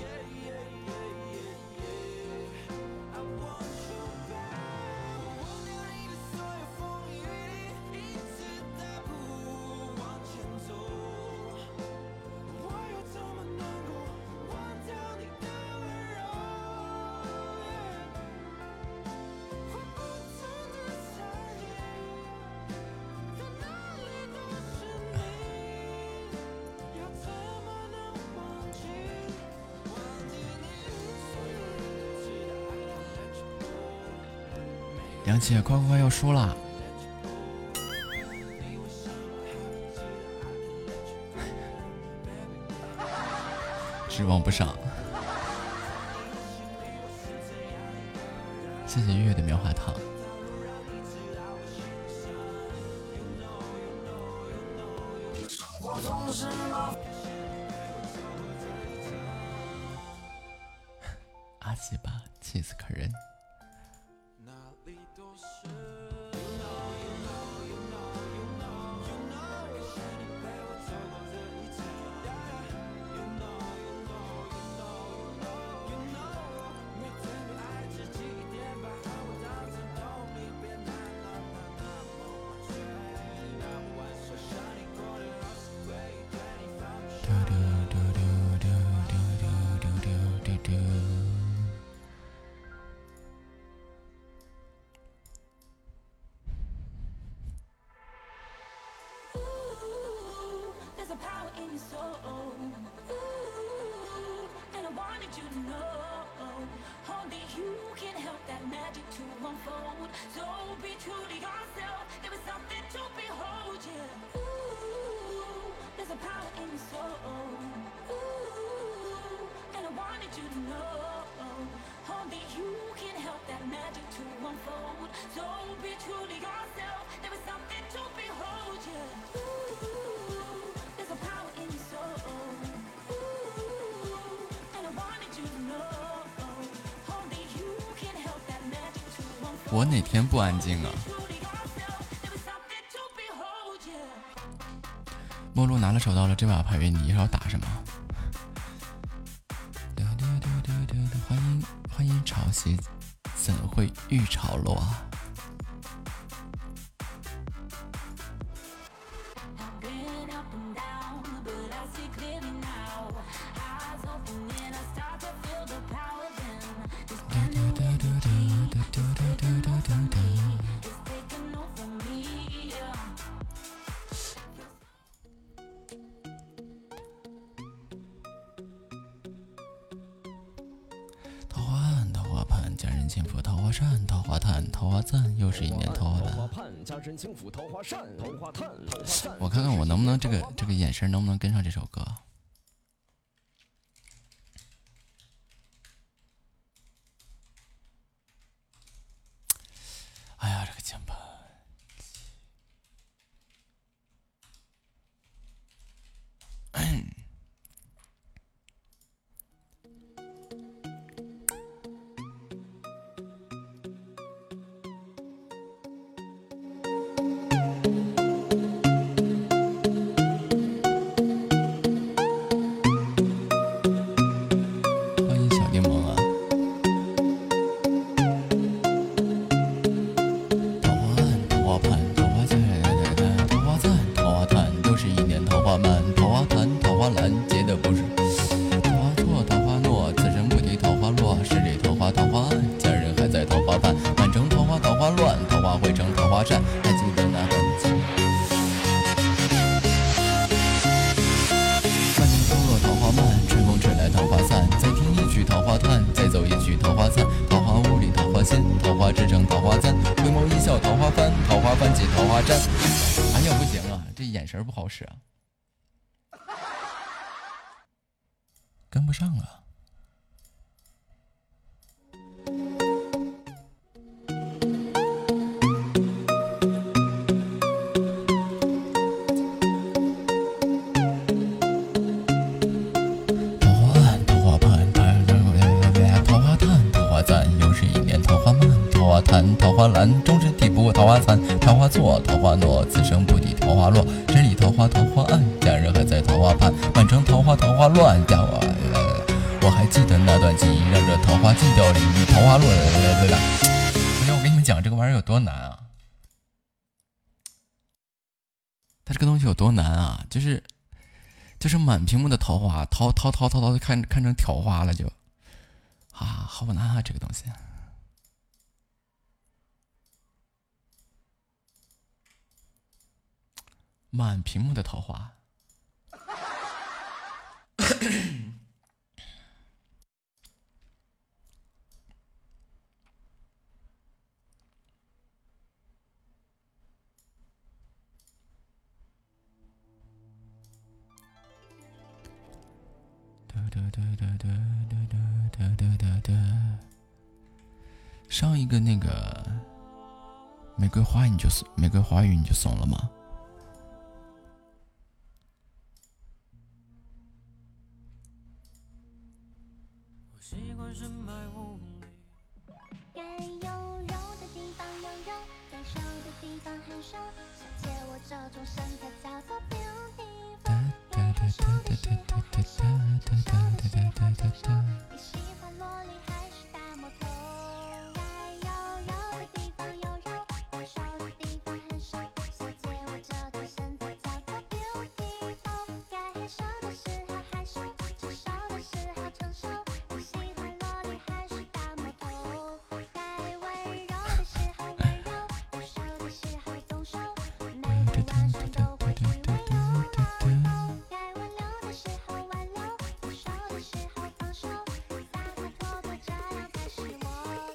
B: 杨姐，快要输了！ 指望不上。谢谢月月的棉花糖。阿西吧，气死客人。我哪天不安静啊？末路拿了手刀了，这把排位你要打什么？欢迎潮汐，怎会遇潮落？我看看我能不能这个眼神能不能跟上这首歌。哎呀，这个键盘。跟不上了。桃花暗，桃花盼，桃花探，桃花赞，又是一年桃花漫，桃花潭，桃花蓝，终身替补桃花残，桃花错，桃花诺，此生不敌桃花落，十里桃花桃花暗，佳人还在桃花畔，满城桃花桃花乱，叫我还记得那段记忆，让这桃花尽凋零，桃花落。我跟你们讲，这个玩意儿有多难啊！它这个东西有多难啊！就是满屏幕的桃花，桃看成条花了就，啊，好难啊！这个东西，满屏幕的桃花。 上一个那个玫瑰花语你就怂了吗？
C: 该有肉的地方有肉，该瘦的地方很瘦，小姐我这种身材叫做 beautiful。该瘦的时候很瘦，瘦的时候很瘦，你喜欢萝莉还是大魔头？该有肉的地方有肉，该瘦的地方很瘦，小姐我这种身材叫做 beautiful。该害羞的时候害羞，成熟的时候成熟，你喜欢萝莉还是大魔头？该温柔的时候温柔，不瘦的时候动手，每个晚上都会去温柔浪。该挽留的时候挽留，不瘦的时候放手，洒洒脱脱这样才是我。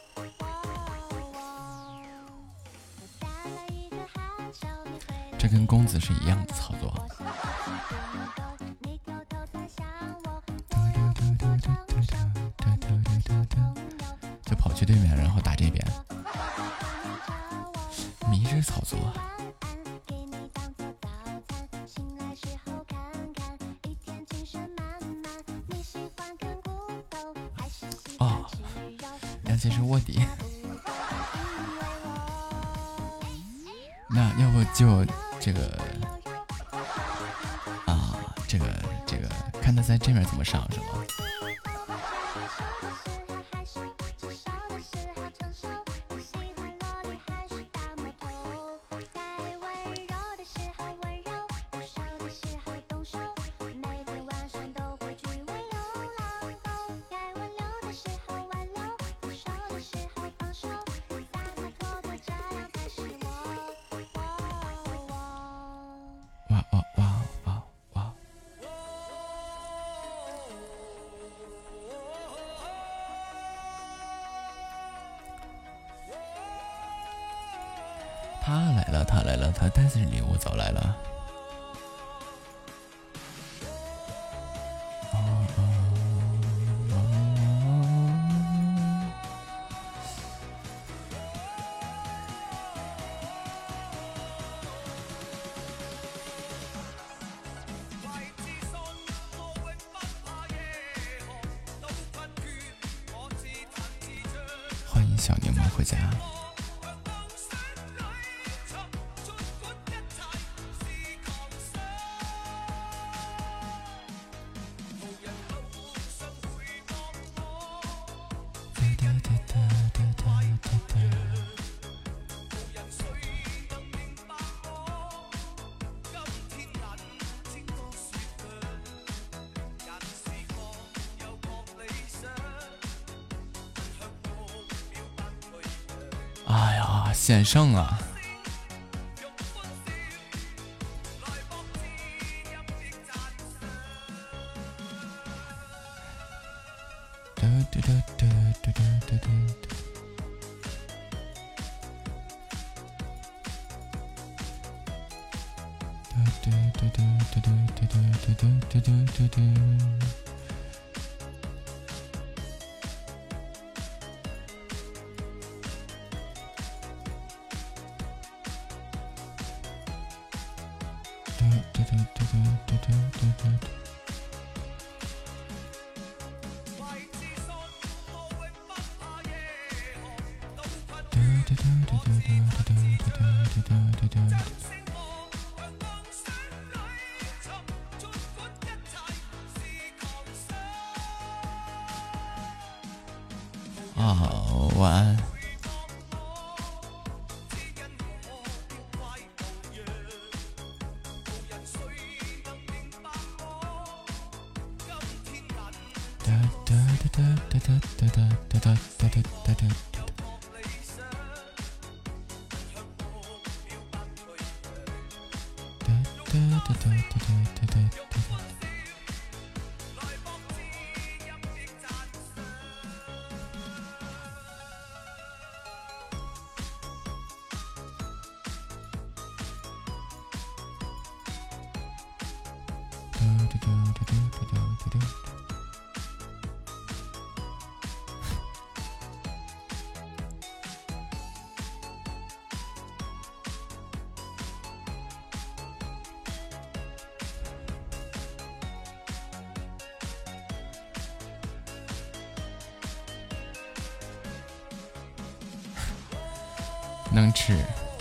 C: 我打了一个哈欠，你会
B: 这跟公子是一样的操作。
C: 你偷偷看向我，
B: 就跑去对面，然后打这边，迷之操作。
C: 给你当做早餐，醒来时候看看，一天精神满满。你喜欢看骨头还是喜欢
B: 哦，
C: 吃肉？
B: 梁先生卧底。那要不就这个啊，这个看他在这边怎么上是吗？哇哇哇哇哇！他来了，他来了，他带着礼物走来了。欢迎小柠檬回家。哎呀，险胜啊！啊，晚安。 能吃。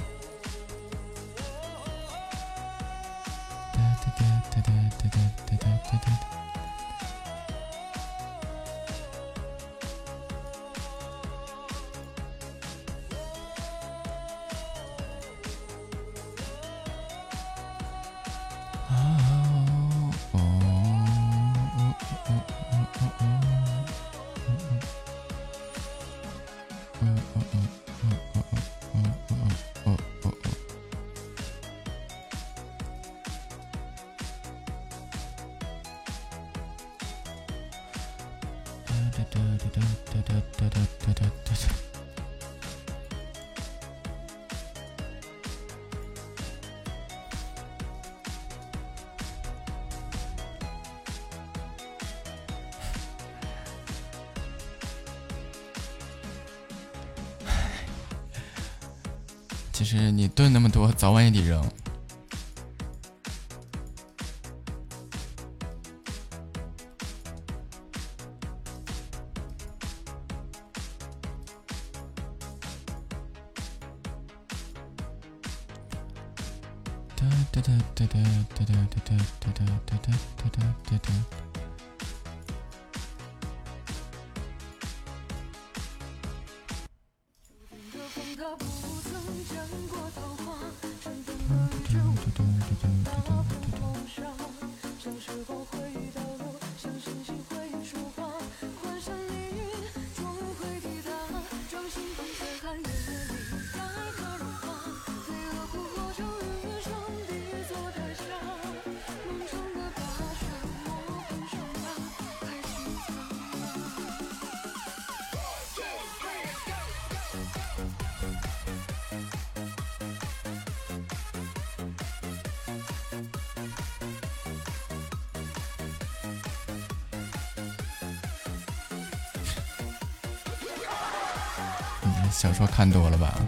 B: 其实你炖那么多，早晚也得扔。小说看多了吧？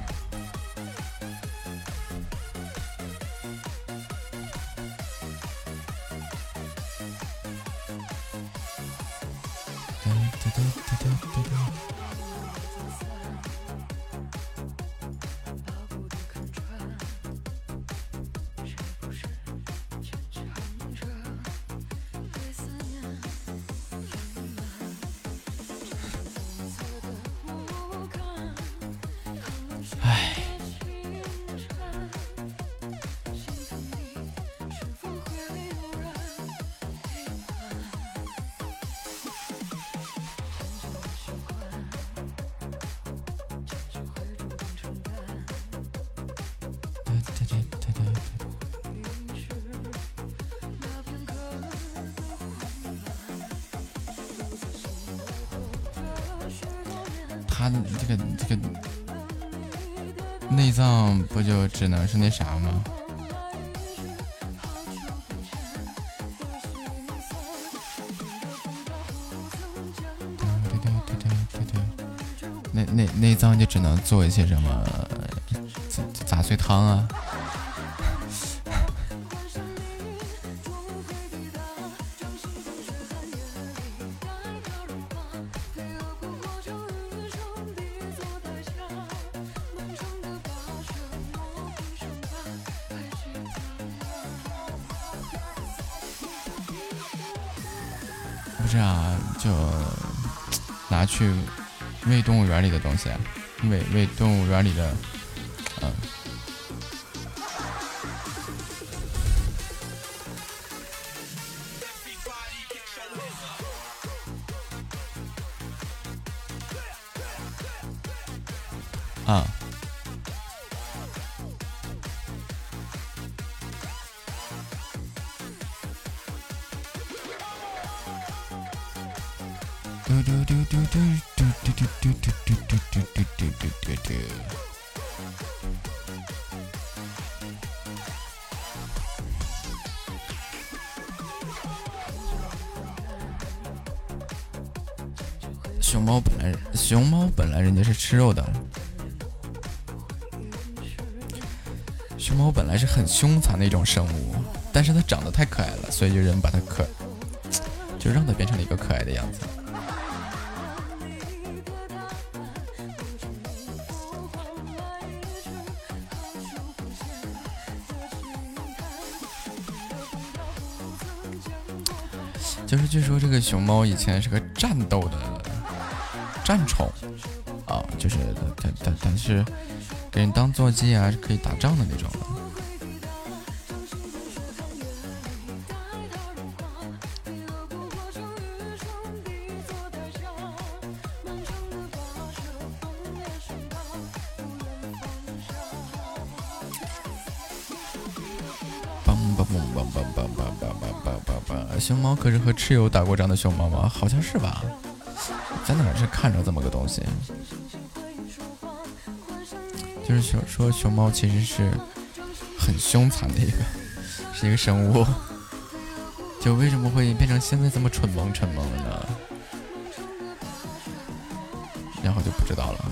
B: 他这个内脏不就只能是那啥吗？内脏就只能做一些什么杂碎汤啊。不是啊，就拿去喂动物园里的东西，喂动物园里的，熊猫本来人家是吃肉的，熊猫本来是很凶残的一种生物，但是它长得太可爱了，所以有人把它就让它变成了一个可爱的样子。 就是据说这个熊猫以前是个战斗的战宠啊，就是它是给人当坐骑啊，可以打仗的那种。熊猫可是和蚩尤打过仗的熊猫吗？好像是吧，在哪儿是看着这么个东西？就是说熊猫其实是很凶残的是一个生物，就为什么会变成现在这么蠢萌的呢？然后就不知道了。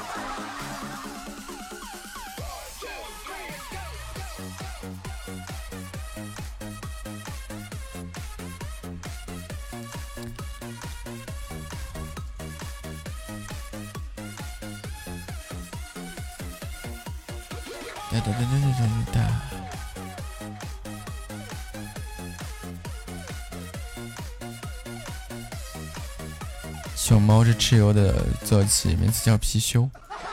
B: 熊猫是蚩尤的坐骑，名字叫貔貅。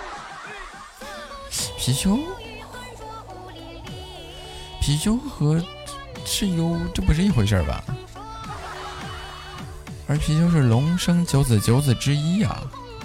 B: 貔貅和蚩尤这不是一回事吧？而貔貅是龙生九子之一啊。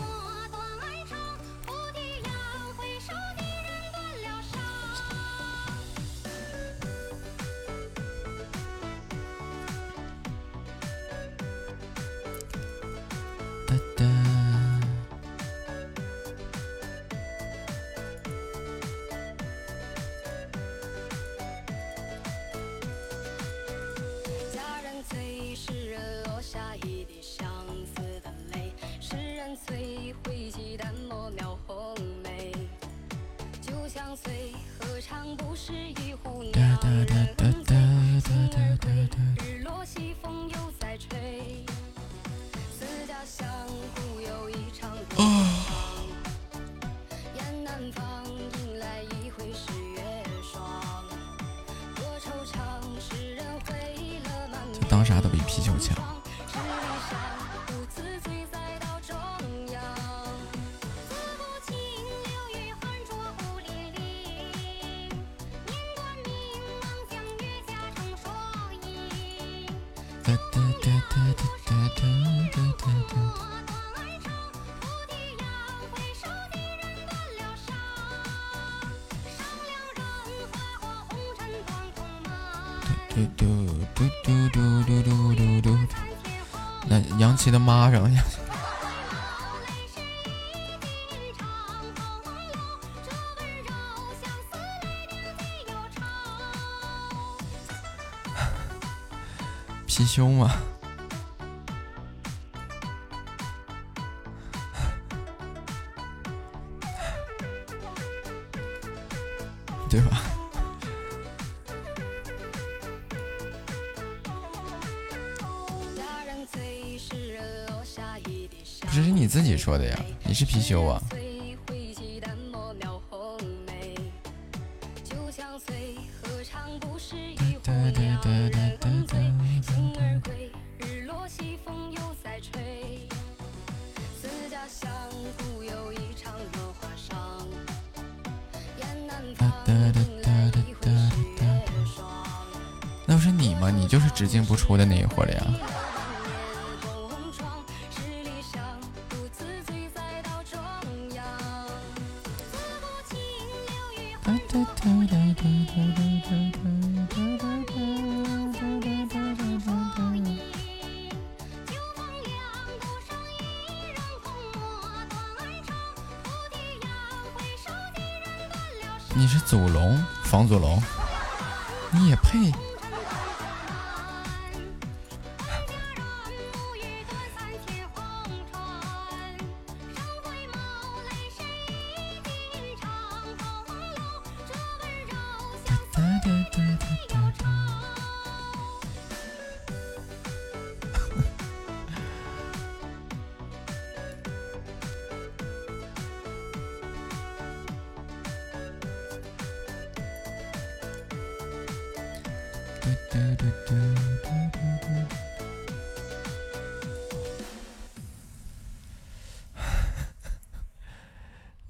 B: 当啥都比貔貅强。那杨琪的妈上呀，貔貅嘛，对吧？不是你自己说的呀，你是貔貅啊。那不是你吗？你就是只进不出的那一伙的呀。你是祖龙，房祖龙，你也配？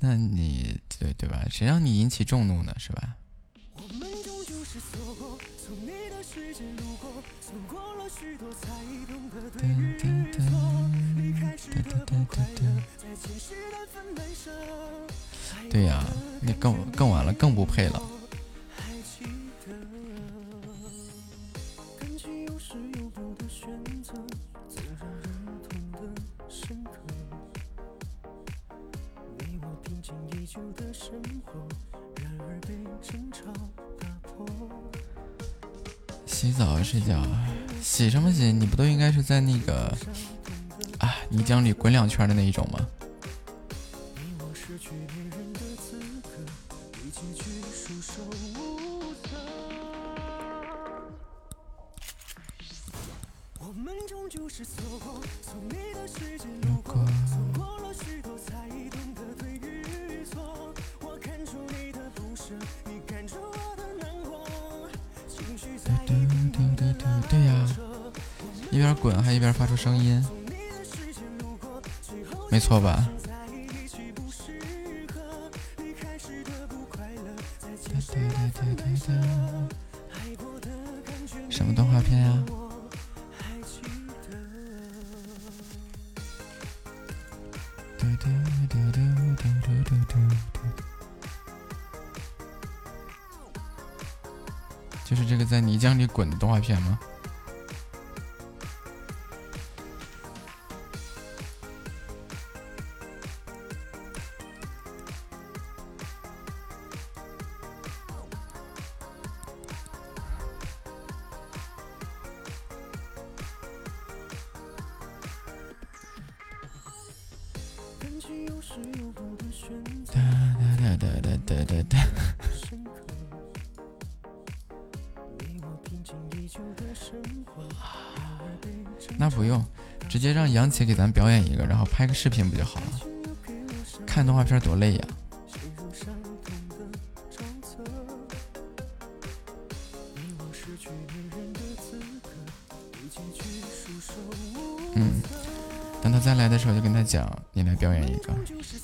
B: 那你对吧？谁让你引起众怒呢？是吧？对呀，那更晚了，更不配了。洗澡睡觉，洗什么洗？你不都应该是在那个泥浆里滚2圈的那一种吗？对呀，一边滚还一边发出声音，没错吧？什么动画片呀？就是这个在泥浆里滚的动画片吗？那不用，直接让杨琪给咱表演一个，然后拍个视频不就好了？看动画片多累呀！等他再来的时候就跟他讲，你来表演一个。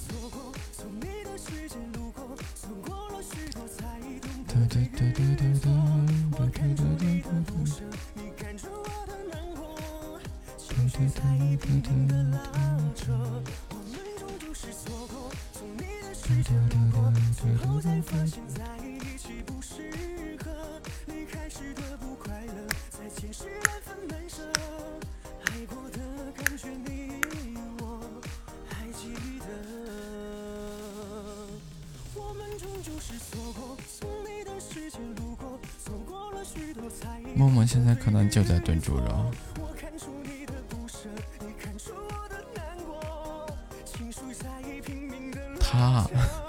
B: 默默现在可能就在炖猪肉。他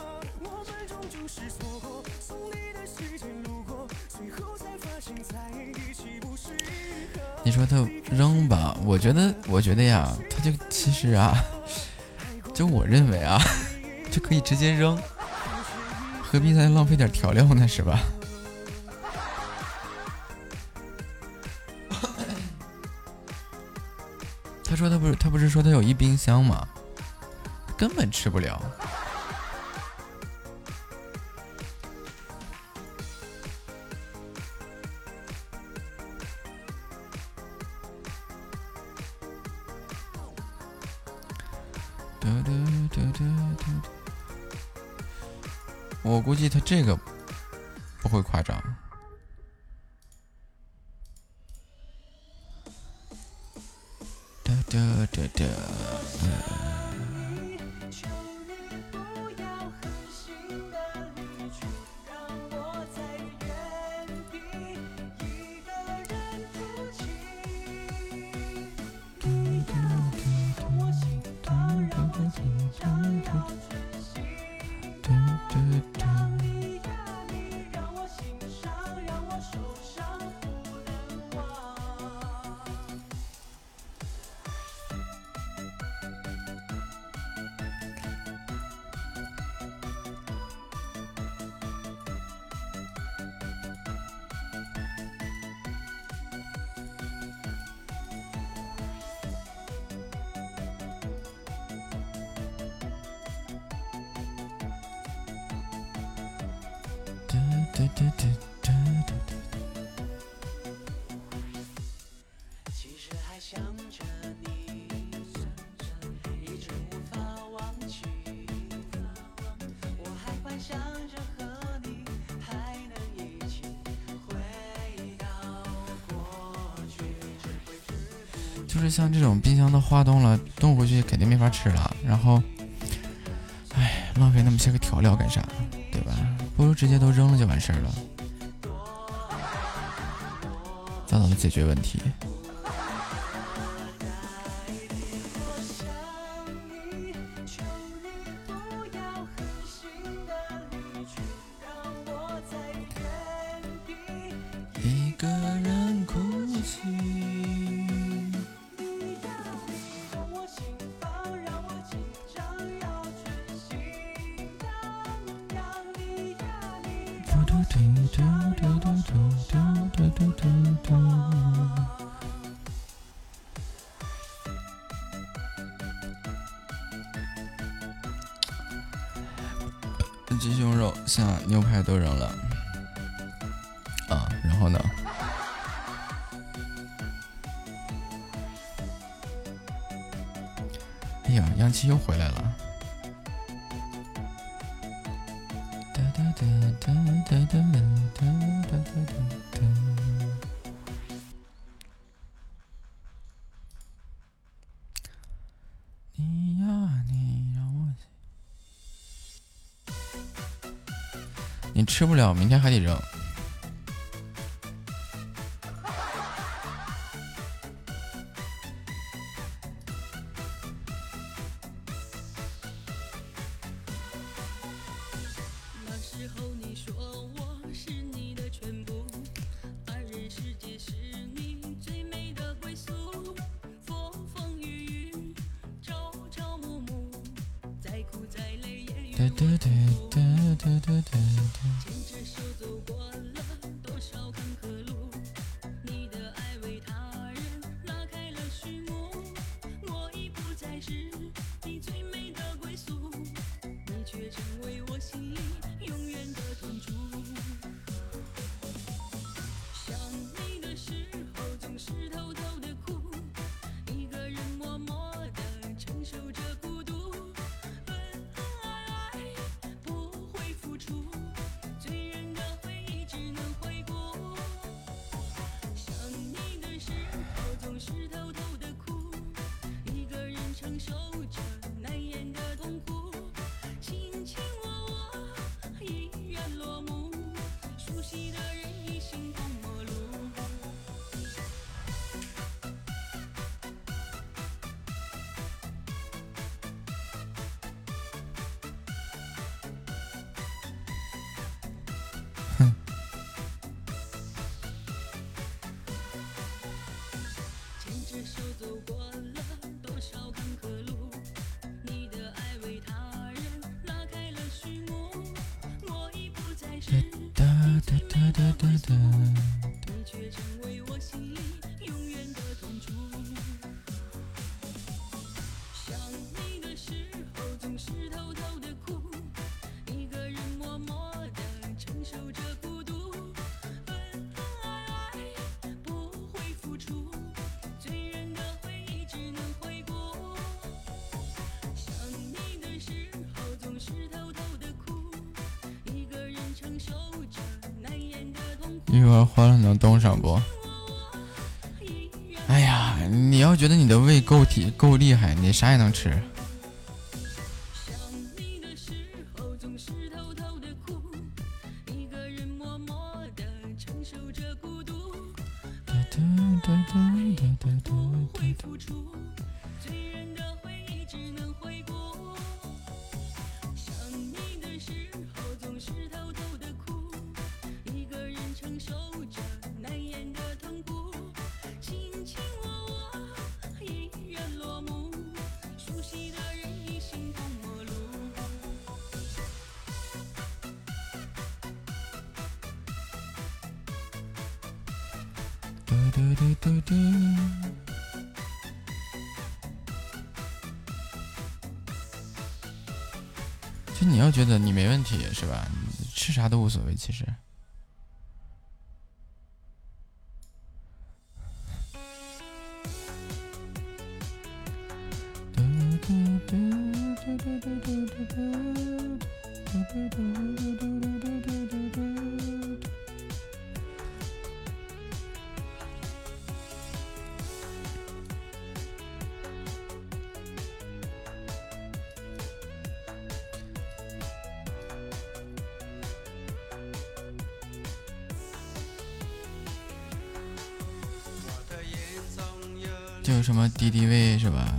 B: 你说他扔吧，我觉得呀，他就其实啊，就我认为啊，就可以直接扔，何必再浪费点调料呢？是吧？他不是说他有一冰箱吗？根本吃不了。我估计他这个不会夸张。 对对对对对对。
A: 其实还想着你，一直无法忘记。我还幻想着和你还能一起回到过去。
B: 就是像这种冰箱都化冻了，冻回去肯定没法吃了。然后，哎，浪费那么些个调料干啥？对吧？不如直接都扔了就完事儿了，早早的解决问题。一个人哭泣。鸡胸肉像牛排都扔了啊，然后呢？哎呀，氧气又回来了。你呀，你让我，你吃不了，明天还得扔。一会儿欢了能冻上不？哎呀，你要觉得你的胃够厉害，你啥也能吃。就你要觉得你没问题是吧？吃啥都无所谓，其实。 就有什么敌敌畏是吧？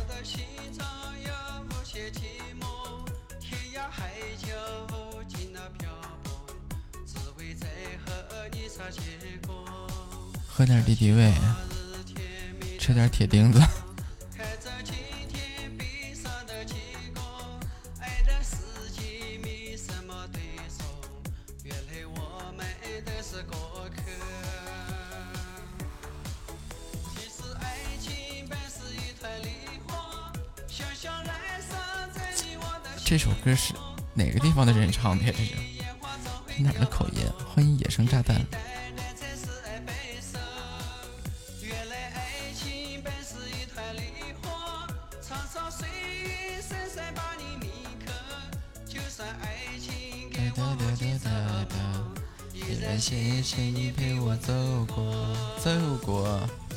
B: 喝点敌敌畏，吃点铁钉子。这首歌是哪个地方的人唱的呀？这是哪儿的口音？欢迎野生炸弹。谢谢你陪我走过，走过。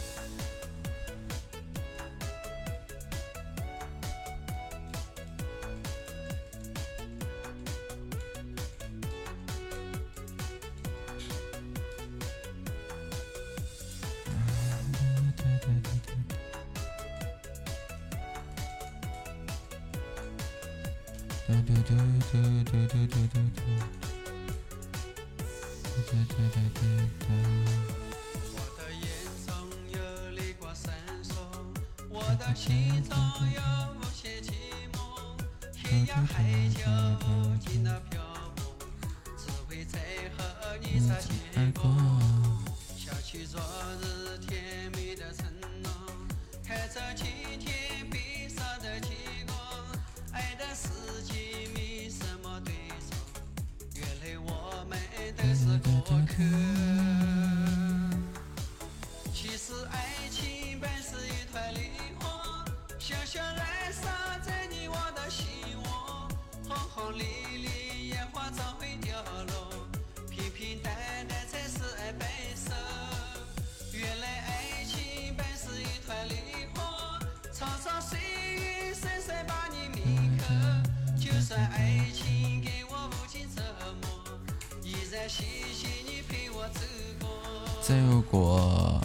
B: 走过。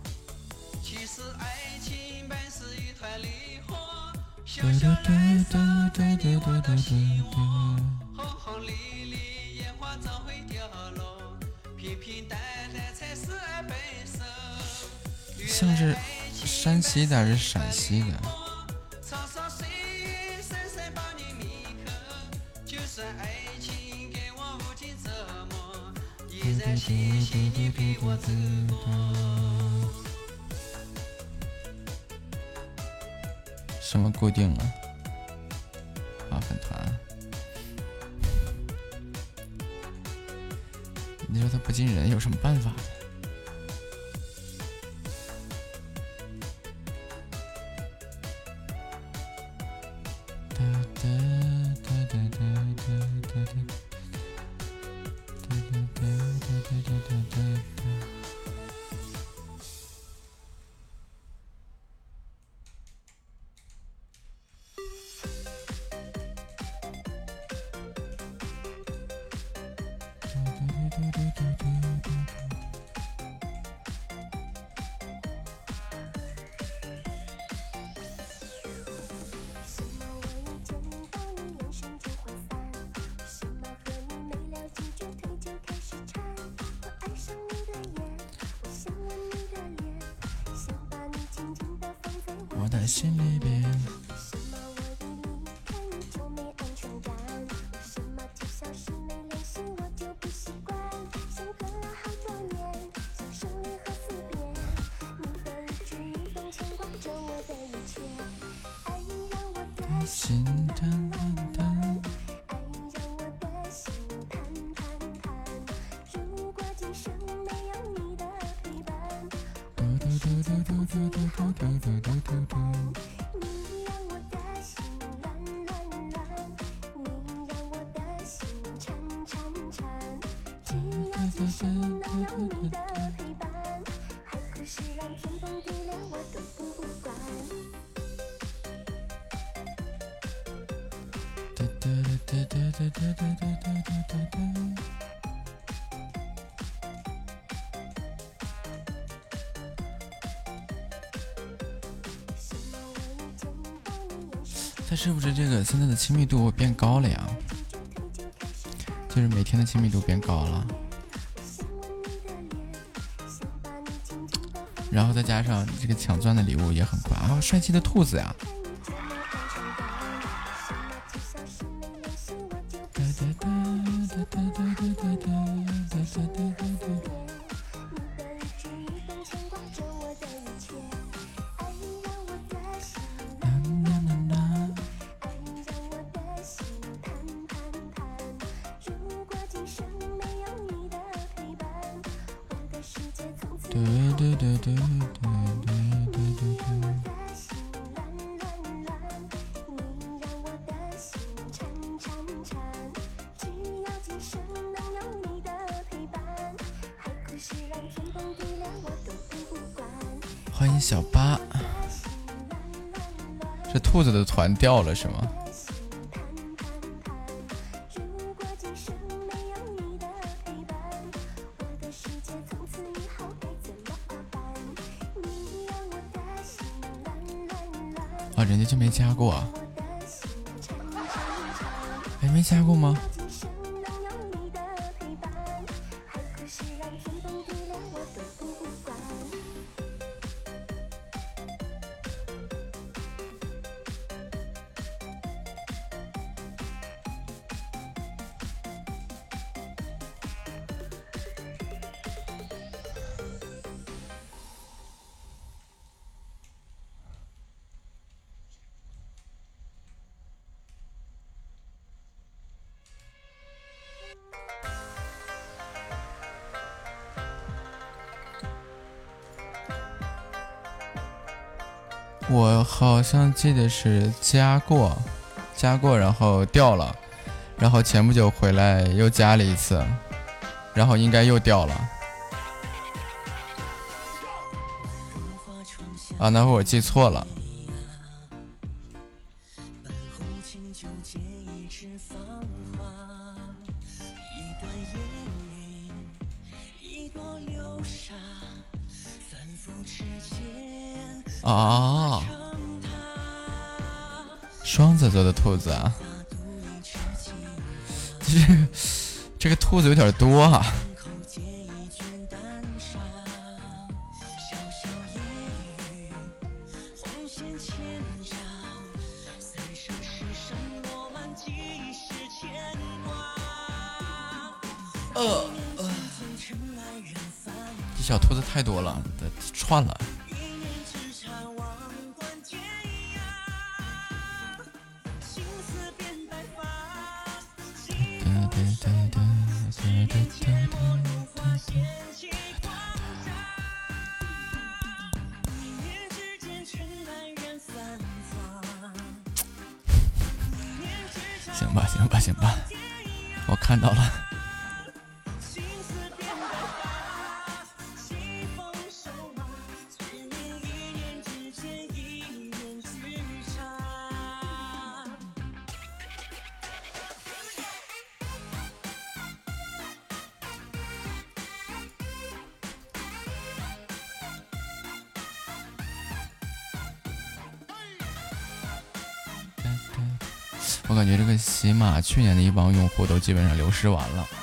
B: 像是山西的还是陕西的？什么固定啊？啊，粉团。你说他不进人有什么办法呢？我的心里边。心淡淡淡， 它是不是这个现在的亲密度变高了呀？就是每天的亲密度变高了，然后再加上这个抢钻的礼物也很快啊！帅气的兔子呀！欢迎小八，这兔子的团掉了是吗？啊，人家就没加过啊？哎，没加过吗？我好像记得是加过，然后掉了，然后前不久回来又加了一次，然后应该又掉了。啊，那会我记错了。哦，双子座的兔子啊，这个兔子有点多啊。这小兔子太多了，串了。行吧，我看到了。我感觉这个喜马去年的一帮用户都基本上流失完了。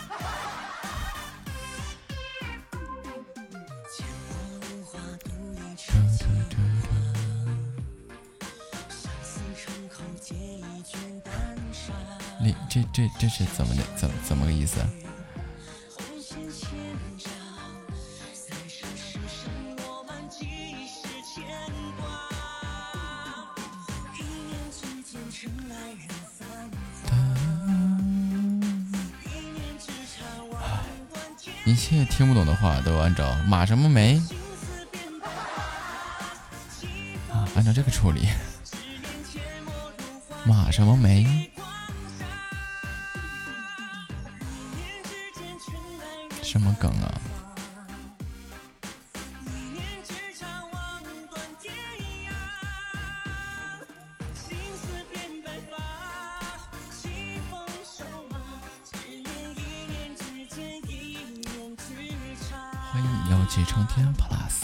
B: 这是怎么个意思？一切听不懂的话都按照马什么梅啊，按照这个处理。马什么梅？ 什么梗啊？欢迎妖姬冲天 Plus。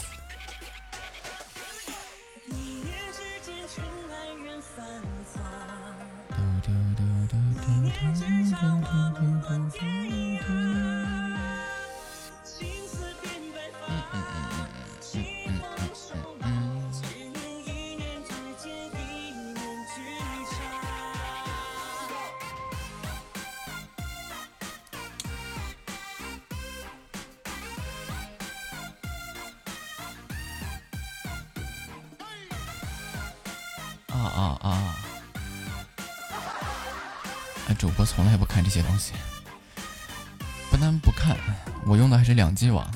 B: 主播从来不看这些东西，不但不看，我用的还是2G 网，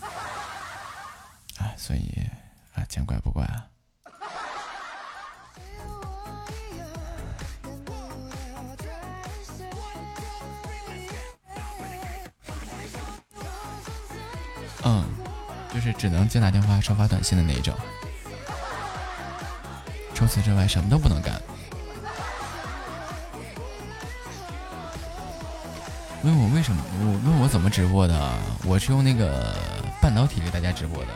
B: 所以见怪不怪啊。就是只能接打电话、收发短信的那一种，除此之外什么都不能干。问我为什么？问我怎么直播的？我是用那个半导体给大家直播的。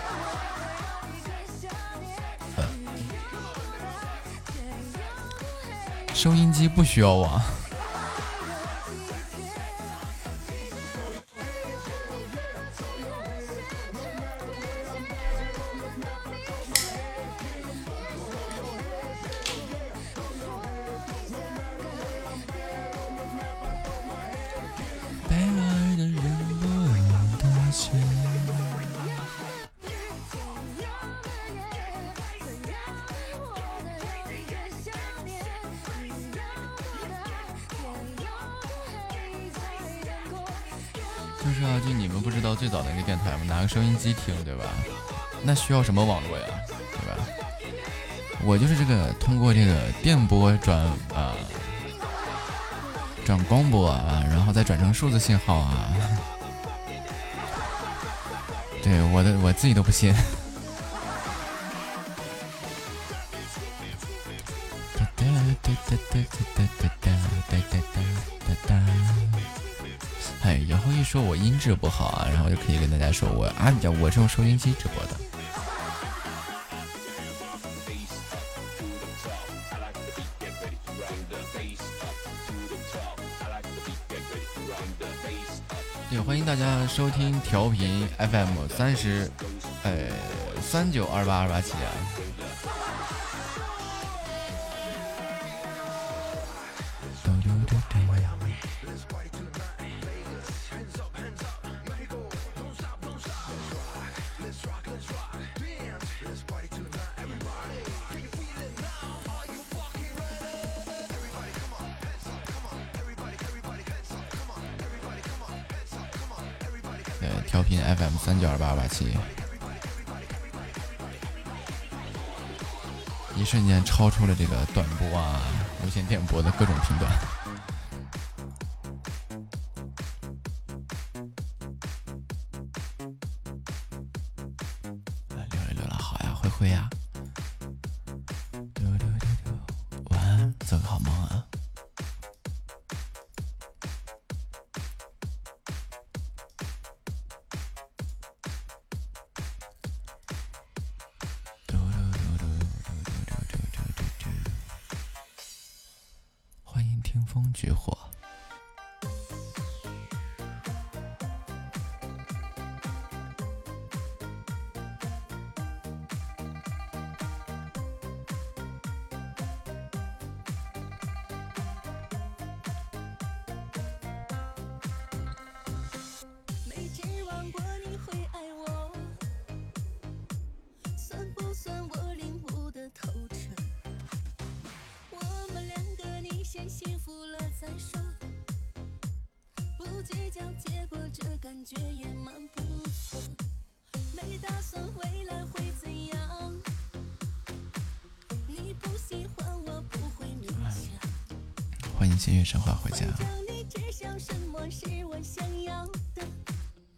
B: 收音机不需要网。就你们不知道最早的那个电台吗？拿个收音机听，对吧？那需要什么网络呀，对吧？我就是这个通过这个电波转光波然后再转成数字信号啊。对，我自己都不信。以后一说我音质不好然后就可以跟大家说我是用收音机直播的。对，欢迎大家收听调频 FM 392827调频 FM 392827，一瞬间超出了这个短波无线电波的各种频段。溜了，好呀，灰呀，晚安，做个好梦啊。绝活，
C: 没指望过你会爱我，算不算我领悟的透彻？我们两个你先幸福了再说，不计较结果，这感觉也蛮不错。没打算未来会怎样，你不喜欢我不会勉强。
B: 欢迎新月神话回家。
C: 你知晓什么是我想要的，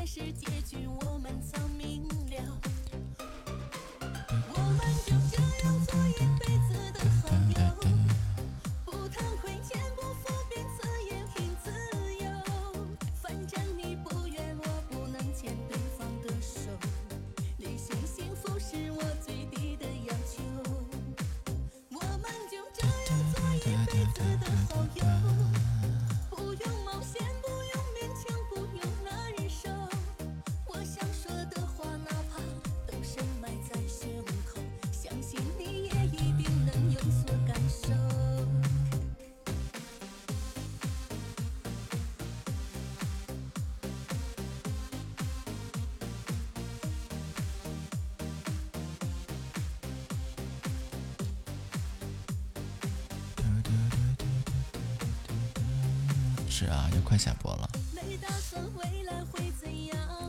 C: 解释结局，我们早明了。我们就这样做一辈子的好友，不谈亏欠，不负彼此，也凭自由。反正你不愿，我不能牵对方的手。履行幸福是我最低的要求。我们就这样做一辈子的好友，不用冒险，不用勉强，不用那忍受。我想说的话，哪怕都深埋在胸口，相信你也一定能有所感受。
B: 是啊，就快下播了。
C: 没打算未来会怎样，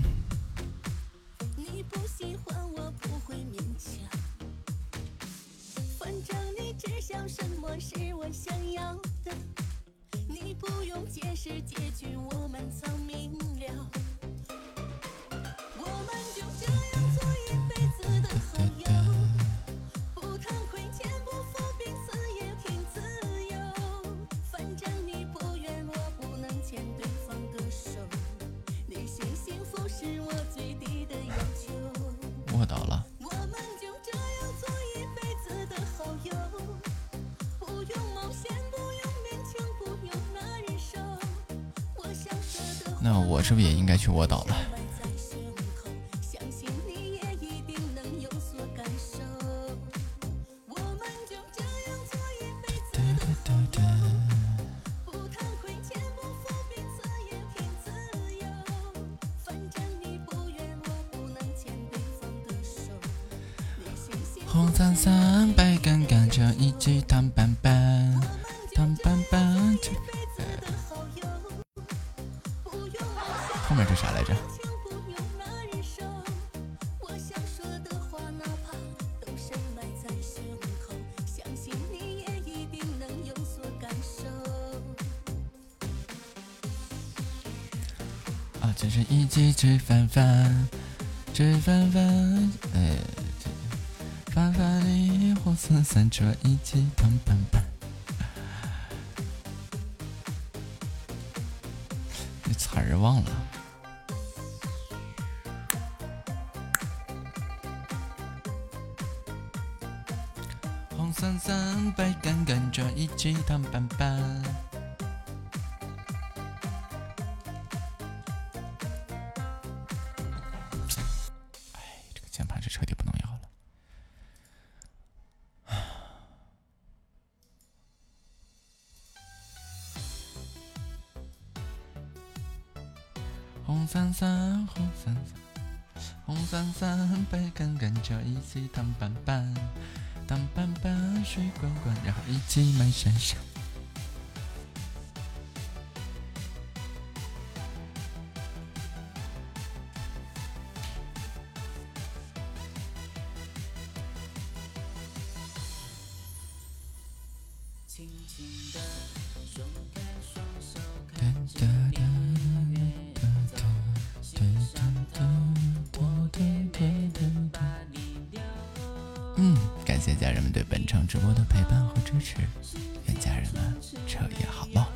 C: 你不喜欢我不会勉强，反正你知晓什么是我想要的，你不用解释结局，我们早明了。我们就这样做一辈子的好友，不谈亏欠，不负彼此，也凭自由。反正你不愿，我不能牵对方的手。履行幸福是我最低的要求。
B: 卧倒了。
C: 我们就这样做一辈子的好友，不用冒险，不用勉强，不用那忍受。我想说的话，
B: 那我是不是也应该去卧倒了？
C: 埋在胸口，相信你也一定能有所感受。我们就这样做一辈子的好友，不谈亏欠，不负彼此，也凭自由。反正你不愿，我不能牵对方的手。履行幸福
B: 红伞伞，白杆杆，这一起弹板板，弹板板。后面这啥来着？
C: 我想说的话，哪怕都深埋在胸口，相信你也一定能有所感受。
B: 啊，这是一起吃饭饭，吃饭饭，饭饭里红色伞，这一起弹板板。这词儿忘了。红伞伞，白杆杆，这一起弹板板。哎，这个键盘是彻底不能要了。红伞伞，红伞伞，红伞伞，白杆杆，这一起弹板板。当板板水滚滚，然后一起买闪闪。
A: 轻轻地松开双手，
B: 哒
A: 看着
B: 哒
A: 音乐走，欣赏透我也没能把你留。
B: 感谢家人们对本场直播的陪伴和支持，愿家人们彻夜好梦。